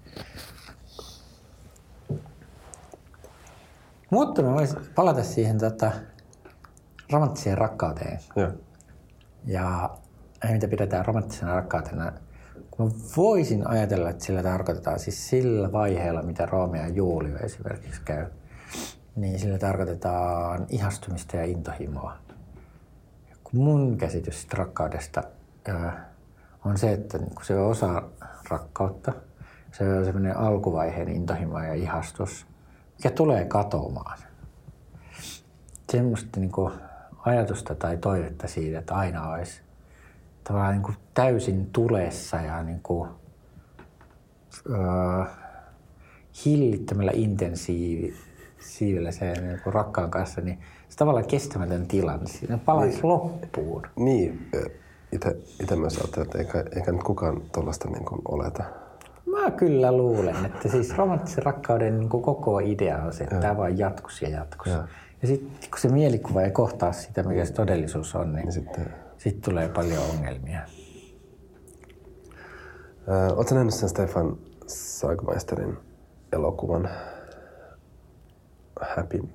Mutta mä voisin palata siihen tota, romanttiseen rakkauteen. Ja, ja mitä pidetään romanttisena rakkautena. Mä voisin ajatella, että sillä tarkoitetaan siis sillä vaiheella, mitä Roomeo ja Julia esimerkiksi käy. Niin sillä tarkoitetaan ihastumista ja intohimoa. Ja mun käsitys rakkaudesta ää, on se, että se on osa rakkautta. Se on semmoinen alkuvaiheen intohimo ja ihastus, mikä tulee katoamaan. Semmoista niin kuin ajatusta tai toivetta siitä, että aina olisi tavallaan niin kuin täysin tulessa ja niin kuin, öö, hillittömällä intensiivillä sen niin kuin rakkaan kanssa, niin se tavallaan kestämätön tilanne. Siinä palaisi niin, loppuun. Niin, itse myös ajattelen, että eikä, eikä nyt kukaan tuollaista niin kuin oleta. Mä kyllä luulen, että siis romanttisen rakkauden niin kuin koko idea on se, että ja. Tämä vaan jatkuisi ja jatkuisi. Ja, ja sitten kun se mielikuva ei kohtaa sitä, mikä se todellisuus on, niin, niin sitten sit tulee paljon ongelmia. Öö, Oletko nähnyt sen Stefan Sagmeisterin elokuvan Happy?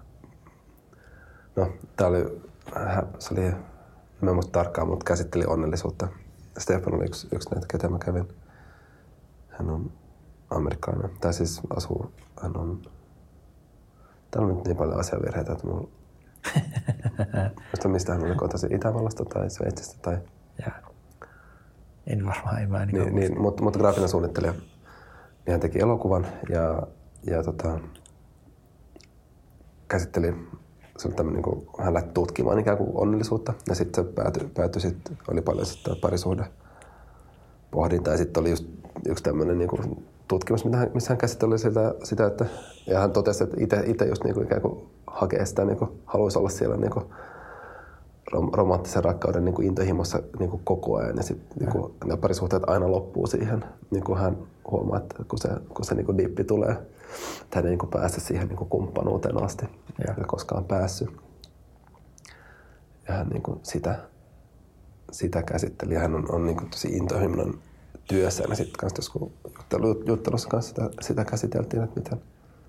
No, tää oli, se oli, en muista tarkkaan, mutta käsitteli onnellisuutta. Stefan oli yksi, yksi näitä, ketä mä kävin. Hän on amerikkalainen, tai siis asuu, hän on Täällä on nyt niin paljon asiavirheitä, että mun... Muista mistä hän oli kotoisin, Itävallasta tai Sveitsistä tai... Ja. En varmaan, en mä niin, niin, mutta, mutta graafinen suunnittelija, niin hän teki elokuvan ja, ja tota, käsitteli, se oli tämmöinen, niin kuin, hän lähti tutkimaan ikään kuin onnellisuutta ja sitten se päätyi, päätyi sitten, oli paljon sitten parisuhde pohdinta ja sitten oli just yksi tämmöinen niin kuin tutkimus, missä hän käsitteli sitä, sitä, että ja hän totesi, että itse, itse just niin kuin ikään kuin hakee sitä, niin kuin, haluaisi olla siellä niin kuin, romanttisen rakkauden niin kuin intohimossa niin kuin koko ajan ja sitten niin kuin, ne parisuhteet aina loppuu siihen. Niin kuin hän huomaa, että kun se, kun se niin kuin dippi tulee, että hän ei niin kuin pääse siihen niin kuin kumppanuuteen asti, eikä koskaan päässyt. Ja hän niin kuin sitä, sitä käsitteli ja hän on, on niin kuin tosi intohimoinen työssä. Ja sitten kanssa joskus juttelussa kanssa sitä, sitä käsiteltiin, että miten,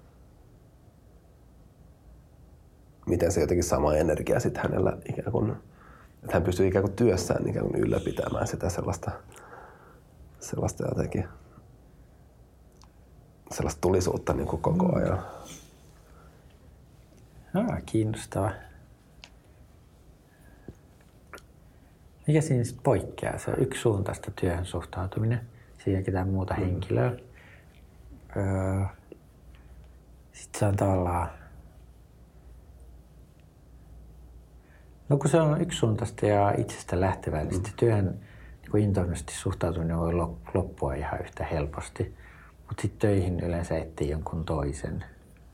miten se jotenkin sama energia sitten hänellä ikään kuin, että hän pystyy ikään kuin työssään ikään kuin ylläpitämään sitä sellaista, sellaista jotenkin, sellaista tulisuutta niin kuin koko ajan. Ah, kiinnostavaa. Mikä siinä sitten poikkeaa? Se on yksisuuntaista työhön suhtautuminen. Siinä ei ketään muuta henkilöä. Öö, sitten se on tavallaan... No kun se on yksisuuntaista ja itsestä lähtevää, niin sitten työhön niin intohimoisesti suhtautuminen voi loppua ihan yhtä helposti. Mutta sitten töihin yleensä etsii jonkun toisen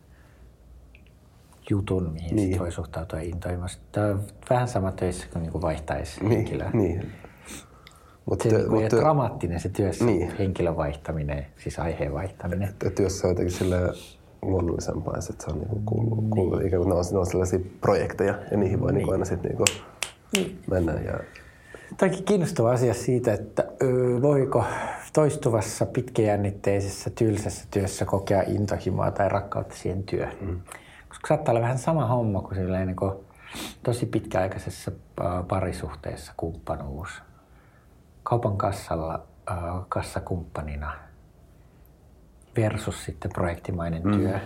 jutun, mihin niin. Sitten voi suhtautua intohimoisesti. Tämä on vähän sama töissä kuin niinku vaihtaisi niin, henkilöä. Niin. Mut se on niin dramaattinen se työssä niin. Henkilön vaihtaminen, siis aiheen vaihtaminen. Ja työssä on jotenkin silleen luonnollisempaa, että se on niinku kuuluu, niin. kuuluu ikään kuin ne on, ne on sellaisia projekteja ja niihin voi niin. Niinku aina sitten niinku niin. mennä. Ja... Tämä onkin kiinnostava asia siitä, että ö, voiko toistuvassa pitkäjännitteisessä tylsässä työssä kokea intohimoa tai rakkautta siihen työhön. Mm. Koska saattaa olla vähän sama homma kuin silleen niin kuin tosi pitkäaikaisessa äh, parisuhteessa kumppanuus. Kaupan kassalla äh, kassakumppanina versus sitten projektimainen mm. työ.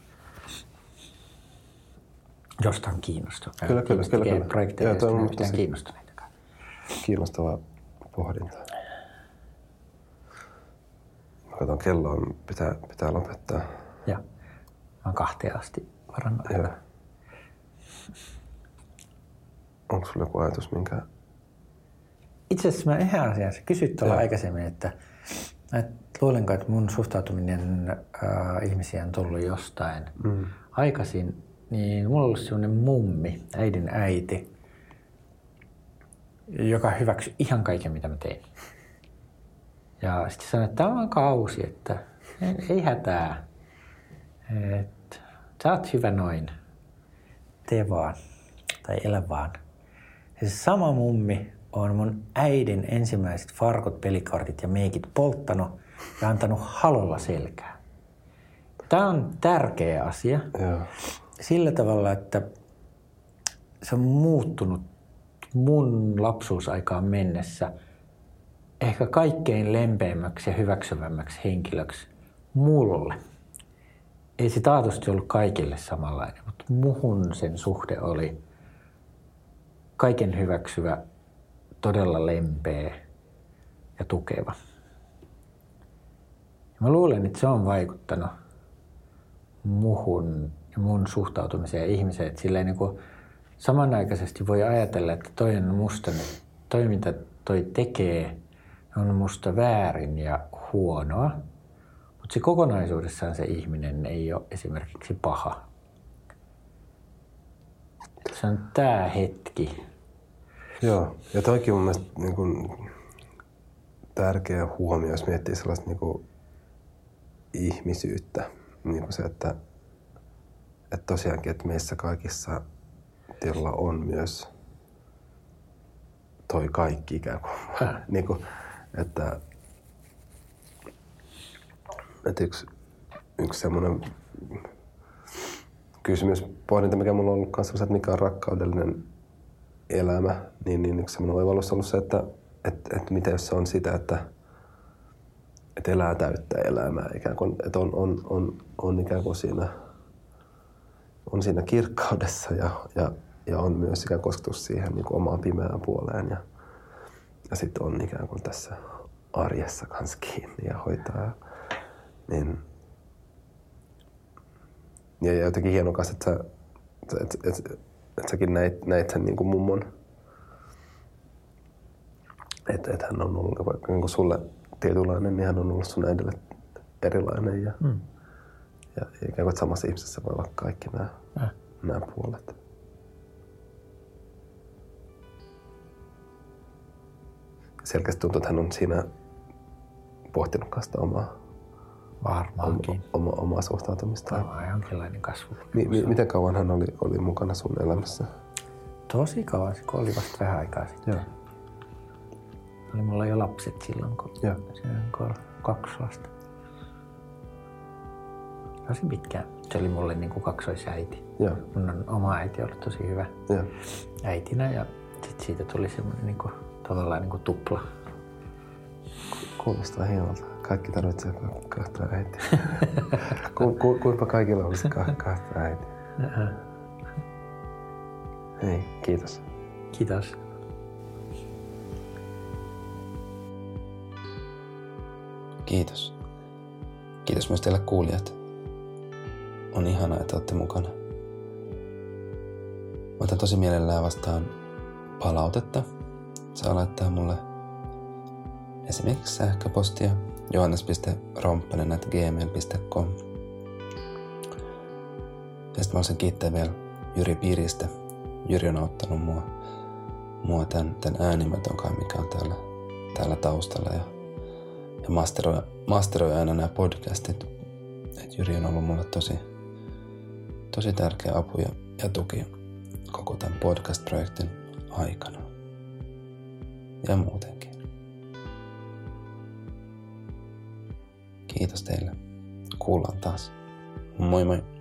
Josta on kiinnostunut. Kyllä, kyllä, kyllä. kyllä. Projekteja, joista on yhtään kiinnostuneitakaan. Kiinnostavaa pohdintaa. Mä katson kelloa, pitää, pitää lopettaa. Joo. Mä oon kahteen asti varannut. Joo. Onko sulla joku ajatus, minkä... Itse asiassa mä yhden asian. Sä kysyt tuolla aikaisemmin, että, että luulenko, että mun suhtautuminen äh, ihmisiä on tullut jostain mm. aikaisin. Niin mulla on ollut sellainen mummi, äidin äiti, joka hyväksyi ihan kaiken, mitä mä tein. Ja sitten sanoi, että tämä on kausi, että ei hätää. Että sä oot hyvä noin. Tee vaan. Tai elä vaan. Ja se sama mummi on mun äidin ensimmäiset farkut, pelikortit ja meikit polttanut ja antanut halolla selkää. Tämä on tärkeä asia. Joo. Sillä tavalla, että se on muuttunut mun lapsuusaikaan mennessä ehkä kaikkein lempeimmäksi ja hyväksyvämmäksi henkilöksi mulle. Ei se taatusti ollut kaikille samanlainen, mutta muhun sen suhde oli kaiken hyväksyvä, todella lempeä ja tukeva. Ja mä luulen, että se on vaikuttanut muhun ja mun suhtautumiseen ihmiseen, että silleen niin kuin samanaikaisesti voi ajatella, että toi on musta, toi mitä toi tekee, on musta väärin ja huonoa, mutta se kokonaisuudessaan se ihminen ei ole esimerkiksi paha. Se on tää hetki. Joo, ja toikin on mun mielestä niin kuin tärkeä huomio, jos miettii sellaista niin kuin ihmisyyttä. Niin kuin se, että, että tosiaankin, että meissä kaikissa teillä on myös toi kaikki ikään kuin. Äh. niin kuin että, että yksi, yksi semmoinen kysymys, pohdinta, mikä mulla on ollut kanssa, että mikä on rakkaudellinen elämä, niin, niin yksi semmoinen oivallus on ollut se, että, että, että mitä jos se on sitä, että, että elää täyttä elämää ikään kuin, että on, on, on, on ikään kuin siinä on siinä kirkkaudessa ja, ja, ja on myös ikään kosketus siihen niin kuin omaan pimeään puoleen. Ja, ja sitten on ikään kuin tässä arjessa kanssa kiinni ja hoitaa. Niin, ja jotenkin hieno kanssa, että, että, että, että, että säkin näit, näit sen niin kuin mummon. Että, että hän on ollut vaikka niin kuin sulle tietynlainen, niin hän on ollut sun äidille erilainen. Ja, mm. ja ikään kuin samassa ihmisessä voi olla kaikki nämä, äh. nämä puolet. Selkeästi tuntuu, että hän on siinä pohtinut sitä omaa, Varmaankin. Oma, oma, omaa suhtautumista. Varmaan jonkinlainen kasvu. Mi, mi, miten kauan hän oli, oli mukana sun elämässä? Tosi kauan, kun oli vasta vähän aikaa sitten. Joo. Oli mulla jo lapset silloin, kun on kaksi lasta. Tosi pitkään. Se oli mulle niin kuin kaksoisäiti. Joo. Mun on oma äiti ollut tosi hyvä Joo. äitinä ja sit siitä tuli semmoinen niin kuin, tavallaan niin kuin tupla. Kuulostaa hienolta. Kaikki tarvitsee kahta äitiä. ku, ku, kuinka kaikilla olisi kahta äitiä? Hei, kiitos. Kiitos. Kiitos. Kiitos myös teille kuulijat. On ihanaa, että olette mukana. Mä otan tosi mielellään vastaan palautetta. Saa laittaa mulle esimerkiksi sähköpostia johannes piste romppanen ät gmail piste com. Ja sitten mä olisin kiittää vielä Jyri Piristä. Jyri on auttanut mua, mua tämän, tämän äänimeton kanssa, mikä on täällä, täällä taustalla. Ja, ja masteroi, masteroi aina nämä podcastit. Et Jyri on ollut mulle tosi, tosi tärkeä apu ja, ja tuki koko tämän podcast-projektin aikana. Ja muutenkin. Kiitos teille. Kuullaan taas. Moi moi.